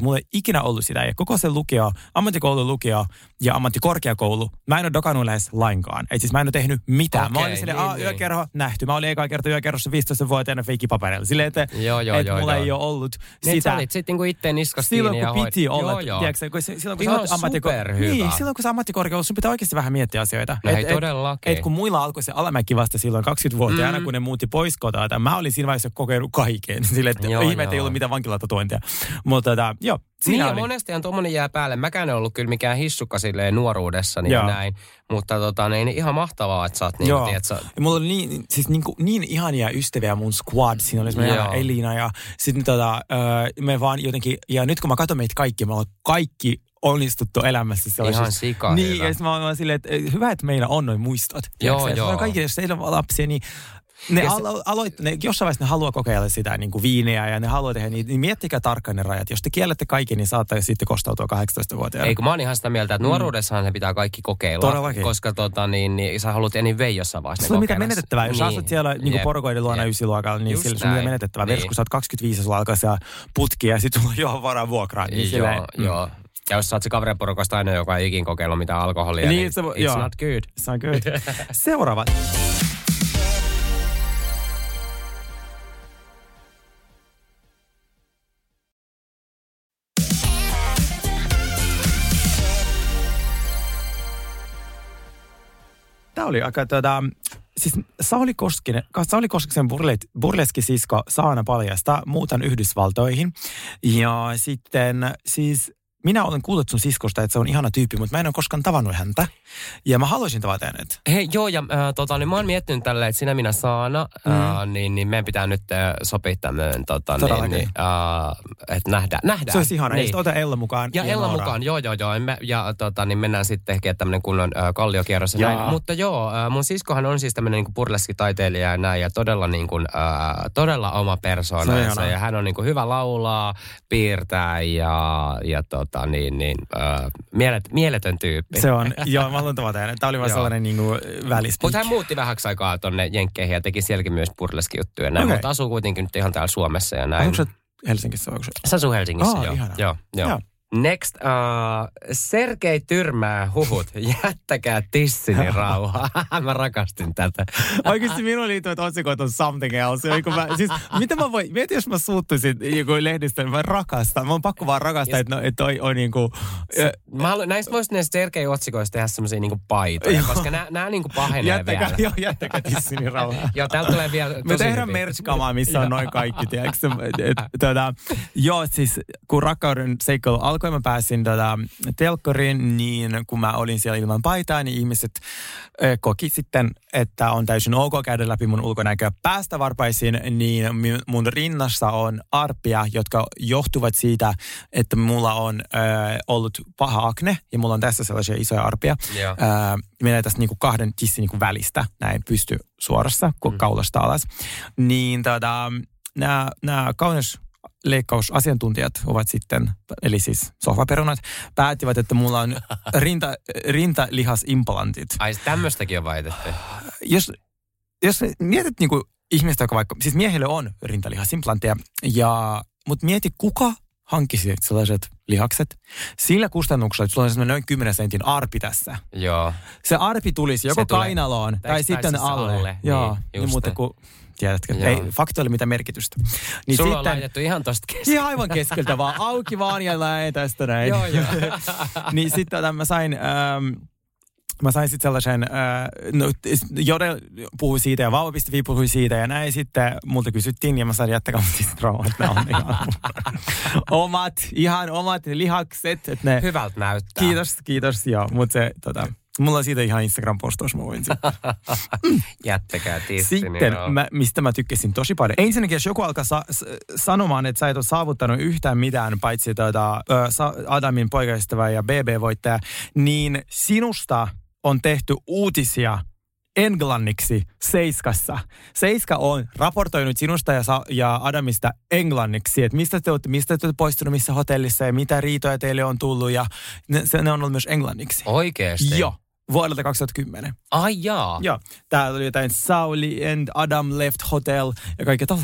mulla ei ikinä ollut sitä. Ja koko se lukio, ammattikoulun lukio ja ammattikorkeakoulu, mä en ole dokannut lähes lainkaan. Et siis mä en ole tehnyt mitään. Mä olin silleen, yökerho nähty. Mä olin eka kerta yökerrossa 15-vuotiaana feikkipaperilla. Silleen, että mulla ei ole ollut sitä. Sä olit sitten niinku itteen niskas kiinni silloin kun piti olla, tiedätkö, silloin kun ihan superhyvä. Niin, silloin kun sä ammattikorkeakoulussa, sun pitää oikeasti vähän miettiä asioita. No ei todellakin. Et kun muilla alkoi se alamäki vasta silloin 20-vuotiaana, kun ne muutti pois kotoa. Mä olin siinä vaiheessa kokenut kaiken. Silleen, että ihme, ei ollut mitään vankilatotuintia. Mutta joo. Niin ja monestihan tommonen jää päälle. Mäkään en ollut kyllä mikään hissukka silleen nuoruudessani ja näin. Mutta niin ihan mahtavaa, että sä oot niin, tiedätkö. Mulla oli niin ihania ystäviä mun squad. Siinä oli semmoinen Elina ja sitten me vaan jotenkin, ja nyt kun mä katson meitä kaikki, me ollaan kaikki onnistuttu elämässä. Ihan sika niin, hyvä. Ja mä oon silleen, että hyvä, että meillä on noin muistot. Joo. Kaikille, jos teillä on lapsia, niin ne jossain vaiheessa ne haluaa kokeilla sitä niin kuin viineä ja ne haluaa tehdä niin miettikää tarkkaan ne rajat. Jos te kiellätte kaikki, niin saattaa sitten kostautua 18-vuotiaana. Ei, kun mä oon ihan sitä mieltä, että nuoruudessahan ne pitää kaikki kokeilla. Todellakin. Koska niin sä haluat anyway jossain vaiheessa sulla on mitä menetettävää. Jos asut siellä niin porukoiden luona ysiluokalla, niin sillä sun on mitä menetettävää. Versus kun sä oot 25 ja sulla alkaa siellä putki ja sit sulla on varaa vuokraa. Niin joo. Ja jos sä oot se kaveriporukasta aina, joka ei ikin kokeillut mitään alkoholia, niin it's not good. It's not good. Seuraavat. Tämä oli aika siis Sauli Koskisen burleskisisko Saana paljasta muutan Yhdysvaltoihin. Ja sitten siis minä olen kuullut sun siskosta, että se on ihana tyyppi, mutta mä en ole koskaan tavannut häntä. Ja mä haluaisin tavata hänet. Hei, joo, ja niin mä oon miettinyt tälleen, että minä Saana, niin meidän pitää nyt sopia tämmöinen, että nähdään. Se olisi ihana, niin. Ota Ella mukaan. Ja Ella mukaan, joo. Niin mennään sitten tekemään tämmöinen kunnon kalliokierros ja näin. Mutta mun siskohan on siis tämmöinen niin burleskitaiteilija ja näin, ja todella, niin kuin, todella oma persoonansa. Ja hän on niin kuin hyvä laulaa, piirtää ja mieletön tyyppi. Se on, joo, mä haluan tavata hänet. Tämä oli vaan sellainen niin kuin välispikki. Mutta hän muutti vähäksi aikaa tonne Jenkkeihin ja teki sielläkin myös burleski-juttuja. Okay. Mutta asuu kuitenkin nyt ihan täällä Suomessa ja näin. Onko se Helsingissä? Se asuu Helsingissä, joo. Next, Sergei tyrmää huhut. Jättäkää tissini rauhaa. Mä rakastin tätä. Oikeasti minun liittyy, että otsikot on something else. Mitä mä voin, mieti jos mä suuttuisin joku lehdistä, niin mä rakastan. Mä oon pakko vaan rakastaa, että on niinku. Näistä voisi näistä Sergei-otsikoista tehdä semmosia niinku paitoja, koska nää niinku pahenee vielä. Joo, jättäkää tissini rauhaa. Joo, täältä tulee vielä me tehdään merch-kamaa, missä on noin kaikki, tiedätkö? Joo, siis kun rakkauden seikkailu alkoi, mä pääsin telkkariin, niin kun mä olin siellä ilman paitaa, niin ihmiset koki sitten, että on täysin ok käydä läpi mun ulkonäköä päästä varpaisiin, niin mun rinnassa on arpia, jotka johtuvat siitä, että mulla on ollut paha akne, ja mulla on tässä sellaisia isoja arpia. Menee tästä niinku kahden tissin niinku välistä, näin pysty suorassa, kaulasta alas. Niin nämä leikkausasiantuntijat ovat sitten, eli siis sohvaperunat, päättivät, että mulla on rintalihasimplantit. Ai tämmöistäkin on väitetty. Jos mietit niinku ihmistä, joka vaikka, siis miehille on rintalihasimplanteja, mutta mieti kuka hankkisi sellaiset lihakset sillä kustannuksella, että sulla on semmoinen noin 10 sentin arpi tässä. Joo. Se arpi tulisi joko kainaloon tai sitten alle. Joo, niin muuten kuin tiedätkö, ei faktoille mitään merkitystä. Niin sulla on laitettu ihan tosta keskeltä. Ihan aivan keskeltä vaan, auki vaan ja näin tästä näin. Joo. Niin sitten mä sain sitten sellaisen, Jode puhui siitä ja Vauva.fi puhui siitä ja näin sitten multa kysyttiin ja mä sain jättäkää mun siis rauhat. Nämä on ihan omat lihakset. Että ne, hyvältä näyttää. Kiitos joo, mutta se mulla on siitä ihan Instagram-postaus, mä voin sitten. Jättäkää tissini. Sitten, mistä mä tykkäsin tosi paljon. Ensinnäkin, jos joku alkaa sanomaan, että sä et ole saavuttanut yhtään mitään, paitsi Adamin poikaystävä ja BB-voittaja, niin sinusta on tehty uutisia englanniksi Seiskassa. Seiska on raportoinut sinusta ja Adamista englanniksi, että mistä te olette poistunut, missä hotellissa ja mitä riitoja teille on tullut ja ne on ollut myös englanniksi. Oikeesti? Joo. Vuodelta 2010. Ai jaa. Joo. Täällä oli jotain Sauli and Adam left hotel ja kaikkea tällaista.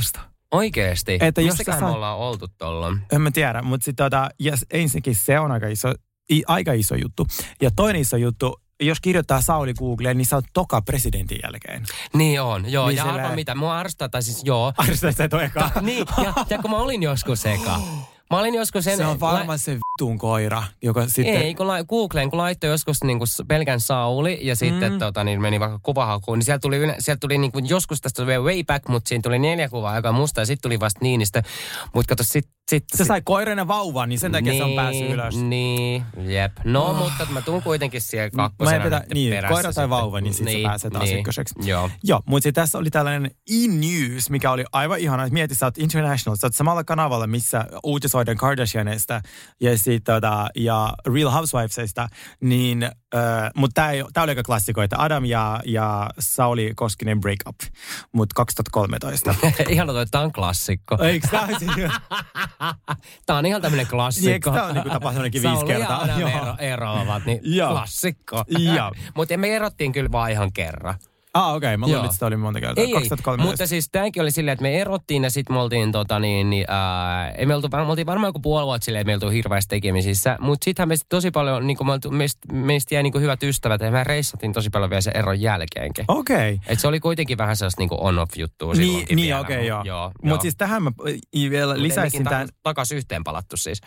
Oikeesti? Että mistäköhän me ollaan oltu tuolla? En mä tiedä, mutta sitten ensinnäkin se on aika iso juttu. Ja toinen iso juttu, jos kirjoittaa Sauli Googleen, niin sä oot toka presidentin jälkeen. Niin on, joo. Niin ja arvaa mitä, mua arvostaa, tai siis joo. Arvostaa se toi eka. Niin, ja kun mä olin joskus eka. Mä olin joskus Se on varmaan se vitun koira, joka sitten... Ei, kun Googleen, kun laittoi joskus niinku pelkän Sauli ja sitten niin meni vaikka kuvahakuun, niin sieltä tuli niinku joskus tästä way back, mutta siinä tuli 4 kuvaa, joka musta ja sitten tuli vasta Niinistö. Mutta kato Se sai koiran ja vauvan, niin sen takia se on päässyt ylös. Niin, jep. No, mutta mä tuun kuitenkin siellä kakkosena perässä. Koira tai vauva, niin sitten se pääsee taas ykköseksi. Joo, mutta sitten tässä oli tällainen E-News, mikä oli aivan ihana. Mieti, sä oot international, sä oot samalla kanavalla, missä uutisoidaan Kardashianista ja Real Housewivesista, niin, mutta tää oli aika klassikoita. Adam ja Sauli Koskinen break up, mutta 2013. Ihana toi, tää on klassikko. Eikö tää Tää on ihan tämmönen klassikko. Eikö tää on niinku tapahtunutkin 5 kertaa? Sauli ja Adam eroavat, niin klassikko. Mutta me erottiin kyllä vaan ihan kerran. Okei. Mä luulin, että sitä oli monta kertaa. Ei, mutta siis tämäkin oli silleen, että me erottiin ja sitten me oltiin me oltiin varmaan joku puoli vuotta silleen, että me oltiin hirveästi tekemisissä. Mutta sittenhän meistä tosi paljon, niin meistä jäi niin hyvät ystävät ja me reissattiin tosi paljon vielä sen eron jälkeenkin. Okei. Että se oli kuitenkin vähän sellaista niin on-off juttua silloinkin vielä. Okei, joo. Mutta siis tähän mä vielä lisäisin tämän. Takaisin yhteen palattu siis.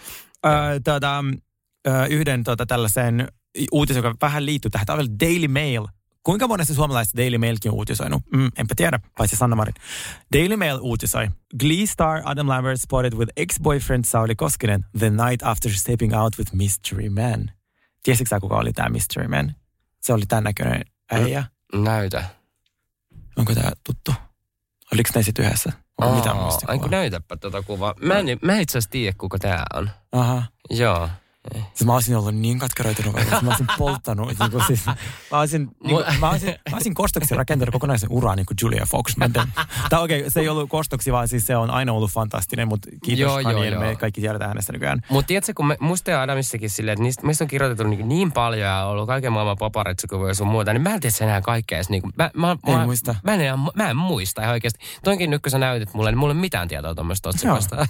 Yhden tällaisen uutisen, joka vähän liittyy tähän. Tämä on Daily Mail. Kuinka monesti suomalaiset Daily Mailkin on uutisoinut? Enpä tiedä, paitsi Sanna Marin. Daily Mail uutisoi. Glee star Adam Lambert spotted with ex-boyfriend Sauli Koskinen the night after stepping out with Mystery Man. Tiesitkö sä, kuka oli tämä Mystery Man? Se oli tämän näköinen äijä. Näytä. Onko tämä tuttu? Oliko ne sitten yhdessä? Onko mitään muistikuvaa? Aiku näytäpä tuota kuvaa. Mä en itse asiassa tiedä, kuka tää on. Aha. Joo. Siis mä olisin ollut niin katkeroitunut, että mä olisin polttanut. Mä olisin kostoksi rakentanut kokonaisen uraa niin kuin Julia Fox. Se ei ollut kostoksi, vaan siis se on aina ollut fantastinen, mutta kiitos Kanye, me kaikki tiedetään hänestä nykyään. Mutta tiedätkö, kun musta ja Adamissakin silleen, että meistä on kirjoitettu niin paljon ja ollut kaiken maailman paparazzi-kuvia ja sun muuta, niin mä en tiedä enää kaikkea edes. Niin en muista. Mä en muista ihan oikeasti. Toinkin nyt, kun sä näytit mulle, niin mulla ei mitään tietoa tuommoista otsikoista.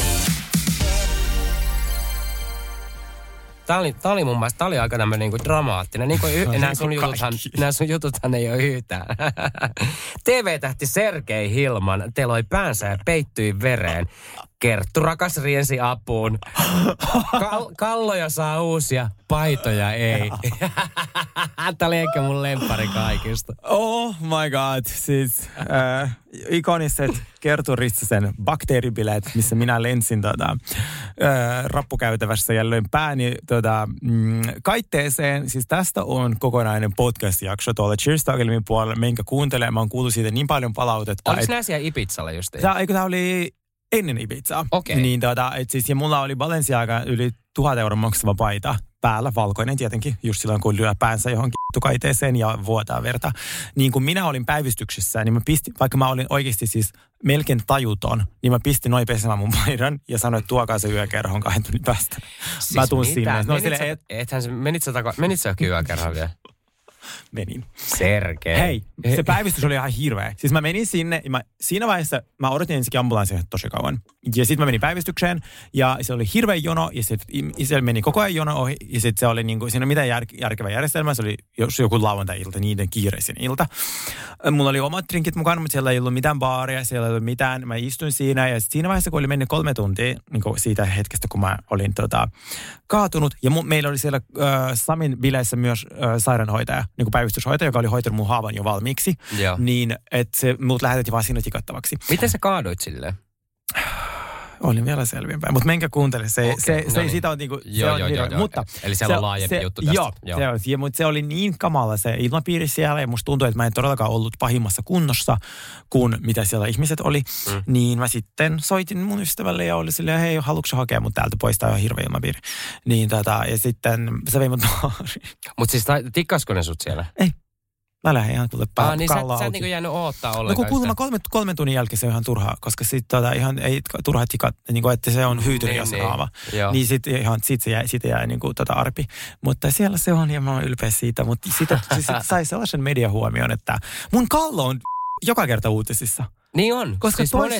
Tämä oli mun mielestä, aika tämmöinen niinku dramaattinen. Nämä sun jututhan ei ole yhtään. TV-tähti Sergei Hilman teloi päänsä ja peittyi vereen. Kerttu rakas riensi apuun. Kalloja saa uusia, paitoja ei. Tämä oli ehkä mun lemppari kaikista. Oh my god, siis ikoniset Kerttu Rissasen bakteeribileet, missä minä lensin rappukäytävässä ja löin pääni kaitteeseen. Siis tästä on kokonainen podcast-jakso tuolla Cheers-Tagelmin puolella, minkä kuuntelen. Mä oon kuullut siitä niin paljon palautetta. Oliko nää siellä Ibizalla justiin? Tämä oli ennen Ibizaa. Okei. Niin ja mulla oli Balenciaga yli 1,000 € maksava paita päällä, valkoinen tietenkin, just silloin kun lyö päänsä johonkin kaiteeseen ja vuotaa verta. Niin kun minä olin päivystyksessä, niin mä pistin, vaikka mä olin oikeasti siis melkein tajuton, niin mä pistin noin pesemään mun paidan ja sanoin, että tuokaa se yökerhoon 2 tunnin päästä. Siis mä tuun sinne. Menit sä johonkin yökerhoon vielä? Menin. Sergei. Hei, se päivystys oli ihan hirveä. Siis mä menin sinne, ja siinä vaiheessa mä odotin ensinnäkin ambulanssia tosi kauan. Ja sitten mä menin päivystykseen, ja se oli hirveä jono, ja siellä meni koko ajan jono ohi, ja sitten se oli niinku, siinä ei mitään järkevää järjestelmää, se oli joku lauantai-ilta, niiden kiireisin ilta. Mulla oli omat drinkit mukana, mutta siellä ei ollut mitään baaria, siellä ei ollut mitään. Mä istuin siinä, ja siinä vaiheessa, kun oli mennyt 3 tuntia, niinku siitä hetkestä, kun mä olin kaatunut, ja meillä oli siellä Samin bileissä myös sairaanhoitaja, niin kuin päivystyshoitaja, joka oli hoitanut mun haavan jo valmiiksi. Joo. Niin, että se mut lähetettiin vaan sinne tikattavaksi. Miten sä kaaduit silleen? Olin vielä selvinpäin, mutta menkää kuuntele. Se ei sitä ole niinku... Joo. Mutta eli siellä on laajempi juttu tästä. Joo, mutta se oli niin kamala se ilmapiiri siellä, ja musta tuntui, että mä en todellakaan ollut pahimmassa kunnossa kuin mitä siellä ihmiset oli. Niin mä sitten soitin mun ystävälle ja oli silleen, hei, haluatko hakea mut täältä pois, tää on hirveä ilmapiiri. Niin ja sitten se vei mut baariin. Mutta siis tikkasko ne sut siellä? Ei. Mä lähdin ihan niin sä et niinku jäänyt oottaa ollenkaan. No kun kuulemma 3 tunnin jälkeen se on ihan turhaa, koska sitten ihan ei turhaa tikat, niinku, että se on hyytynyt ja se haava. Niin sitten se jäi niinku arpi. Mutta siellä se on ja mä oon ylpeä siitä, mutta sitten sai sellaisen mediahuomion, että mun kallo on joka kerta uutisissa. Niin on. Koska siis toi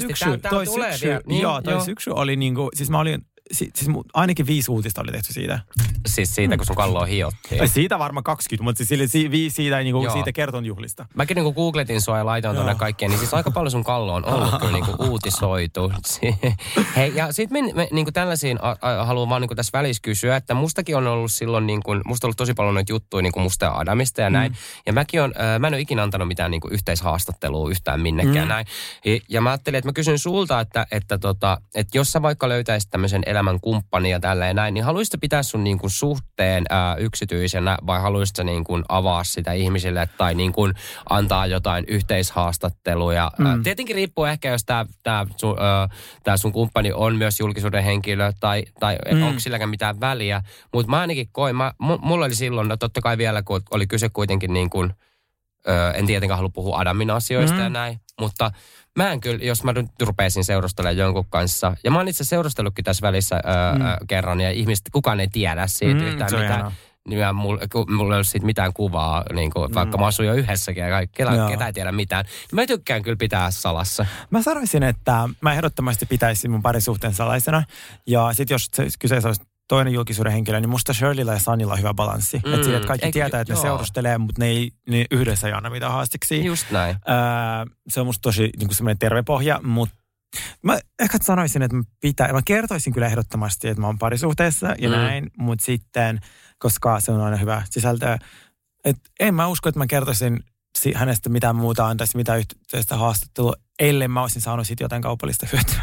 syksy oli niinku, siis mä olin, ainakin 5 uutista oli tehty siitä. Siis siitä, kun sun kalloa hiottiin. Siitä varmaan 20, mutta siis siitä kerton juhlista. Mäkin niinku googletin sua ja laitoin tuonne kaikkeen, niin siis aika paljon sun kallo on ollut kyllä niinku uutisoitu. Hei, ja sit me niinku tällaisiin haluan vaan niinku tässä välissä kysyä, että mustakin on ollut silloin niinku, musta on ollut tosi paljon noita juttuja niinku musta ja Adamista ja näin. Ja mä en ole ikinä antanut mitään niinku yhteishaastattelua yhtään minnekään näin. Ja mä ajattelin, että mä kysyn sulta, että jos sä vaikka löytäisit tämmöisen elämän kumppani ja tälleen näin, niin haluaisitko pitää sun niin kuin suhteen yksityisenä vai haluaisitko niin kuin avaa sitä ihmisille tai niin kuin antaa jotain yhteishaastatteluja? Tietenkin riippuu ehkä, jos tää sun kumppani on myös julkisuuden henkilö tai onko silläkään mitään väliä. Mutta mä ainakin koin, mulla oli silloin, no totta kai vielä, kun oli kyse kuitenkin niin kuin, en tietenkään halua puhua Adamin asioista ja näin, mutta mä en kyllä, jos mä nyt rupeisin seurustelemaan jonkun kanssa, ja mä oon itse seurustellutkin tässä välissä kerran, ja ihmiset, kukaan ei tiedä siitä yhtään mitään. Niin mulla ei ole siitä mitään kuvaa, niin kuin, vaikka mä asun jo yhdessäkin ja ketä ei tiedä mitään. Mä tykkään kyllä pitää salassa. Mä sanoisin, että mä ehdottomasti pitäisin mun parisuhteen salaisena. Ja sit jos kyseessä olisi toinen julkisuuden henkilö, niin musta Shirleyllä ja Sunnilla on hyvä balanssi. Että kaikki tietää, että ne seurustelee, mutta ne yhdessä ei anna mitään haastiksi. Just näin. Se on musta tosi niin kuin semmoinen terve pohja, mutta mä ehkä sanoisin, että mä kertoisin kyllä ehdottomasti, että mä oon parisuhteessa ja näin, mutta sitten, koska se on aina hyvä sisältö, että en mä usko, että mä kertoisin hänestä mitään muuta, antaisi mitään yhteistä haastattelua, ellei mä olisin saanut siitä jotain kaupallista hyötyä.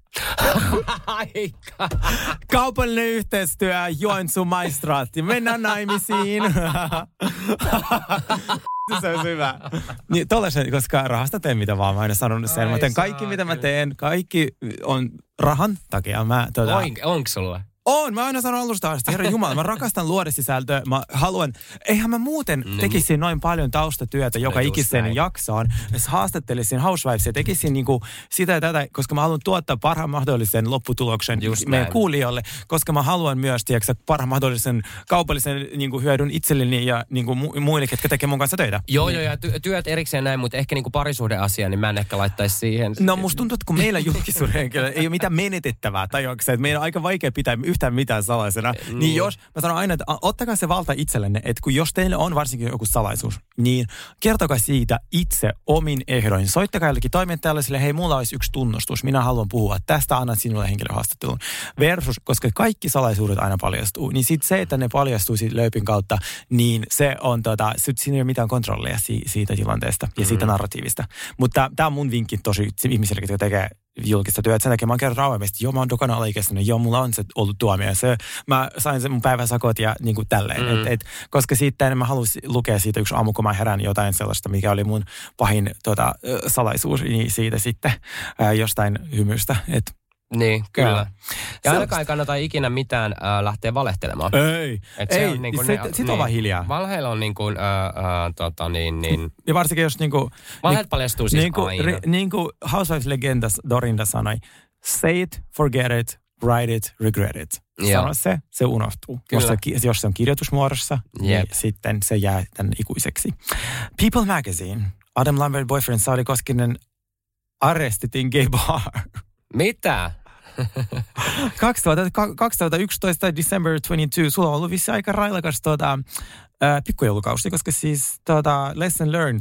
Kaupallinen yhteistyö, Joensuu maistraatti, mennään naimisiin. Se on hyvä. Niin, tollaisen, koska rahasta teen mitä vaan, mä aina sanonut sen. Mä teen kaikki mitä mä teen, kaikki on rahan takia. Onko sulla? Mä aina sanon alusta asti, herra Jumala, mä rakastan luoda sisältöä, mä haluan, eihän mä muuten tekisin noin paljon taustatyötä joka ikiseen jaksoon, jos haastattelisin Housewivesia, tekisin niinku sitä ja tätä, koska mä haluan tuottaa parhaan mahdollisen lopputuloksen meidän kuulijoille, koska mä haluan myös, tiedätkö, parhaan mahdollisen kaupallisen niinku hyödyn itselleni ja niinku muille, ketkä tekee mun kanssa töitä. Joo, ja työt erikseen näin, mutta ehkä niinku parisuhdeasia, niin mä en ehkä laittaisi siihen. No musta tuntuu, että kun meillä julkisuuden henkilö ei ole mitään menetettävää, tai onko se, että meidän on aika vaikea pitää yhtään mitään salaisena, niin jos, mä sanon aina, että ottakaa se valta itsellenne, että kun jos teillä on varsinkin joku salaisuus, niin kertokaa siitä itse omin ehdoin. Soittakaa jollekin toimittajalle sille, hei, mulla olisi yksi tunnustus, minä haluan puhua, tästä annan sinulle henkilöhaastattelun. Versus, koska kaikki salaisuudet aina paljastuu, niin sitten se, että ne paljastuu siitä lööpin kautta, niin se on, siinä ei ole mitään kontrollia siitä tilanteesta ja siitä narratiivista. Mutta tämä on mun vinkki tosi ihmisille, jotka tekee julkista työtä. Sen takia mä oon kerran rauhallisesti, joo mä oon dokana alaikäisenä, joo mulla on se ollut tuomio. Mä sain sen mun päiväsakot ja niin kuin tälleen. Koska sitten mä halusin lukea siitä yksi aamu, kun mä herään jotain sellaista, mikä oli mun pahin salaisuus, niin siitä sitten jostain hymystä. Niin, kyllä. Ja ainakaan ei kannata ikinä mitään lähteä valehtelemaan. Ei. Sit on vaan hiljaa. Valheilla on niin kuin, ja varsinkin jos niinku valheet paljastuu siis aina. Niin kuin Housewives-legenda Dorinda sanoi, say it, forget it, write it, regret it. Sano se unohtuu. Jos se on kirjoitusmuodossa, niin sitten se jää tänne ikuiseksi. People Magazine. Adam Lambert boyfriend Sauli Koskinen arrested in gay bar. Mitä? 2011 December 22, sulla on ollut vissi aika railakas pikkujoulukausi, koska siis lesson learned.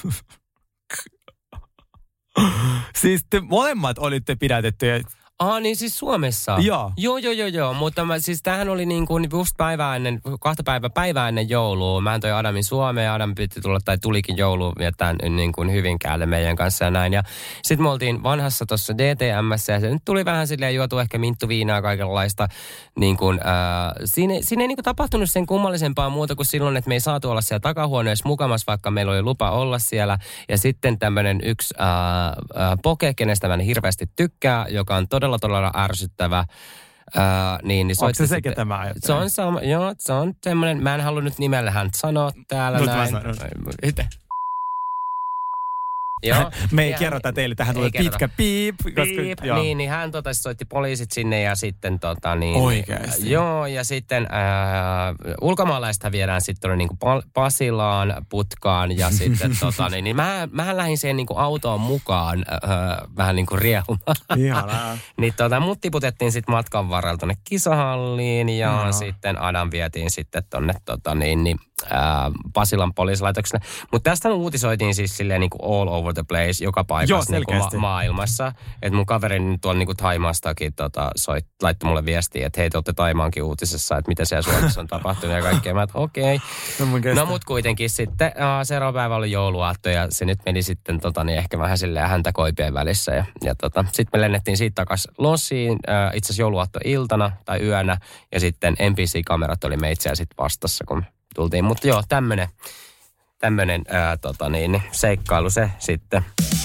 Siis te molemmat olitte pidätettyjä. Niin siis Suomessa? Joo. Mutta siis tämähän oli niin kuin just päivää ennen joulua. Mä toin Adamin Suomeen ja Adam piti tulla tai tulikin jouluun viettään niin kuin Hyvinkäälle meidän kanssa ja näin. Ja sitten me oltiin vanhassa tuossa DTM:ssä ja se nyt tuli vähän silleen juotu ehkä minttuviinaa kaikenlaista. Niin kuin, siinä ei niin kuin tapahtunut sen kummallisempaa muuta kuin silloin, että me ei saatu olla siellä takahuoneessa mukamassa, vaikka meillä oli lupa olla siellä. Ja sitten tämmöinen yksi poke, kenestä mä hirveästi tykkää, joka on todella ärsyttävä. Niin onko se ketä mä ajattelen? Se on semmoinen, mä en halua nyt nimellä hän sanoa täällä näin. Joo. Me ei kerrota teille, tähän tulee pitkä piip. Niin hän soitti poliisit sinne ja sitten Oikeasti? Joo, ja sitten ulkomaalaisethan viedään sitten tuonne niinku Pasilaan, putkaan ja sitten niin mähän lähdin siihen niinku autoon mukaan vähän niinku riehumaan. Ihanaa. Niin mut tiputettiin sitten matkan varrella tuonne kisahalliin ja sitten Adam vietiin sitten tuonne Pasilan poliisilaitokselle. Mutta tästä uutisoitiin siis silleen niinku all over the place joka paikassa niinku maailmassa. Että mun kaverini tuolla niinku Taimaastakin laittoi mulle viestiä, että hei, te olette Taimaankin uutisessa, että mitä siellä Suomessa on tapahtunut ja kaikkea. Mä okei. No mut kuitenkin sitten seuraava päivä oli jouluaatto ja se nyt meni sitten ehkä vähän silleen häntä koipien välissä. Ja sitten me lennettiin siitä takaisin lossiin itse asiassa jouluaattoiltana tai yönä ja sitten NPC-kamerat oli meitsejä sitten vastassa, kun tultiin. Mutta joo, tämmönen seikkailu se sitten.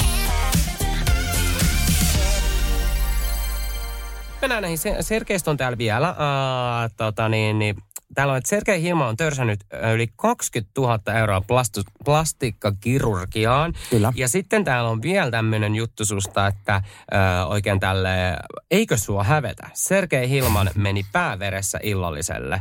Mennään näihin. Sergeistä on täällä vielä. Täällä on, että Sergei Hilma on törsännyt yli 20 000 euroa plastikkakirurgiaan. Kyllä. Ja sitten täällä on vielä tämmöinen juttu susta, että oikein tälle, eikö sua hävetä? Sergei Hilman meni pääveressä illalliselle.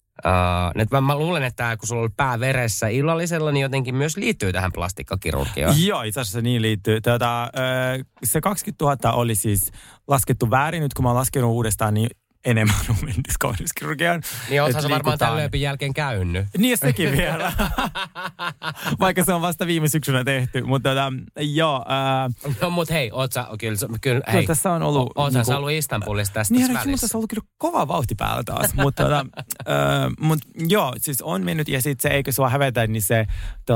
Mä luulen, että kun sulla on pää veressä illallisella, niin jotenkin myös liittyy tähän plastikkakirurgiaan. Joo, itse asiassa niin liittyy. Se 20 000 oli siis laskettu väärin. Nyt kun mä oon laskenut uudestaan, niin enemmän on mennyt kauhuskirurgiaan. Niin oothan sä varmaan tämän lööpin jälkeen käynyt. Niin ja sekin vielä. Vaikka se on vasta viime syksynä tehty. Mutta joo. No mut hei, oot sä kyllä hei. Tässä on ollut. Oot sä ollut Istanbulissa tästä niin, välissä. Niin, tässä on ollut kyllä kova vauhti päällä taas. Mutta joo, siis on mennyt ja sitten se eikö sua hävetä, niin se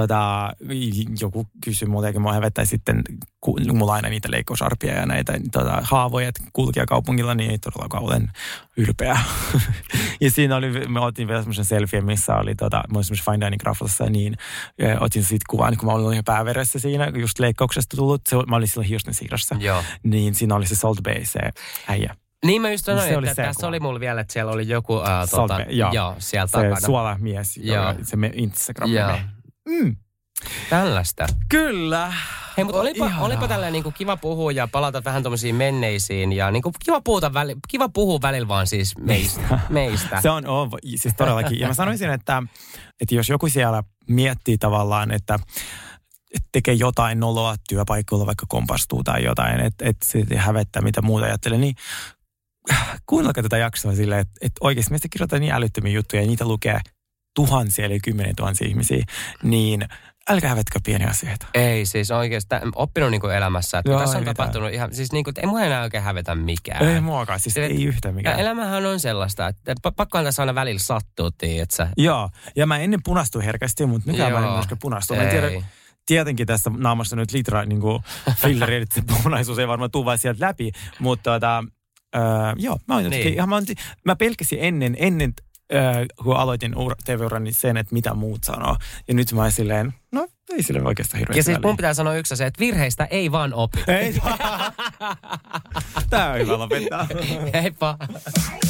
joku kysyi multa, eikö mua hävettää sitten, kun mulla aina niitä leikkausarpia ja näitä haavoja kulkia kaupungilla, niin ei todellakaan olen ylpeä. Ja siinä me otin vielä semmoisen selfie, missä oli mä olin semmoisen Fine Dining -graflassa, niin otin siitä kuvan, kun mä olin ihan pääveressä siinä, just leikkauksesta tullut. Mä olin silloin hiusten siirrossa. Joo. Niin siinä oli se Salt Bay, se äijä. Niin mä just sanoin, että tässä oli mulla vielä, että siellä oli joku joo, siellä se takana. Se suolamies, se Instagram-me. Tällaista. Kyllä. Hei, mutta olipa tälleen niinku kiva puhua ja palata vähän tommosiin menneisiin ja niinku kiva puhua välillä vaan siis meistä. Se on siis todellakin. Ja mä sanoisin, että jos joku siellä miettii tavallaan, että tekee jotain noloa työpaikoilla, vaikka kompastuu tai jotain, että se hävettää mitä muuta ajattelee, niin kuunnelkaa tätä jaksoa silleen, että oikeasti meistä kirjoitetaan niin älyttömiä juttuja ja niitä lukee tuhansia eli 10 000 ihmisiä, niin älkää hävetkö pieniä asioita. Ei, siis oikeasti oppinut niinku elämässä, että tässä on tapahtunut ihan, siis niinku, ei mua enää oikein hävetä mikään. Ei muakaan, siis ei yhtään mikään. Ja elämähän on sellaista, että pakkohan tässä aina välillä sattuu, tiiätsä. Joo, ja mä ennen punastuin herkästi, mutta nykyään mä en myöskään punastu. Mä en tiedä, tietenkin tässä naamassa nyt litra niinku filleri, että se punaisuus ei varmaan tule vaan sieltä läpi, mutta joo, mä pelkäsin ennen kun aloitin TV-urani sen, että mitä muut sanoo. Ja nyt mä oon silleen, no ei sille oikeastaan hirveästi. Ja siis mun pitää sanoa yksi asia, että virheistä ei vaan opi. Ei. Tää on hyvä lopettaa. Heippa.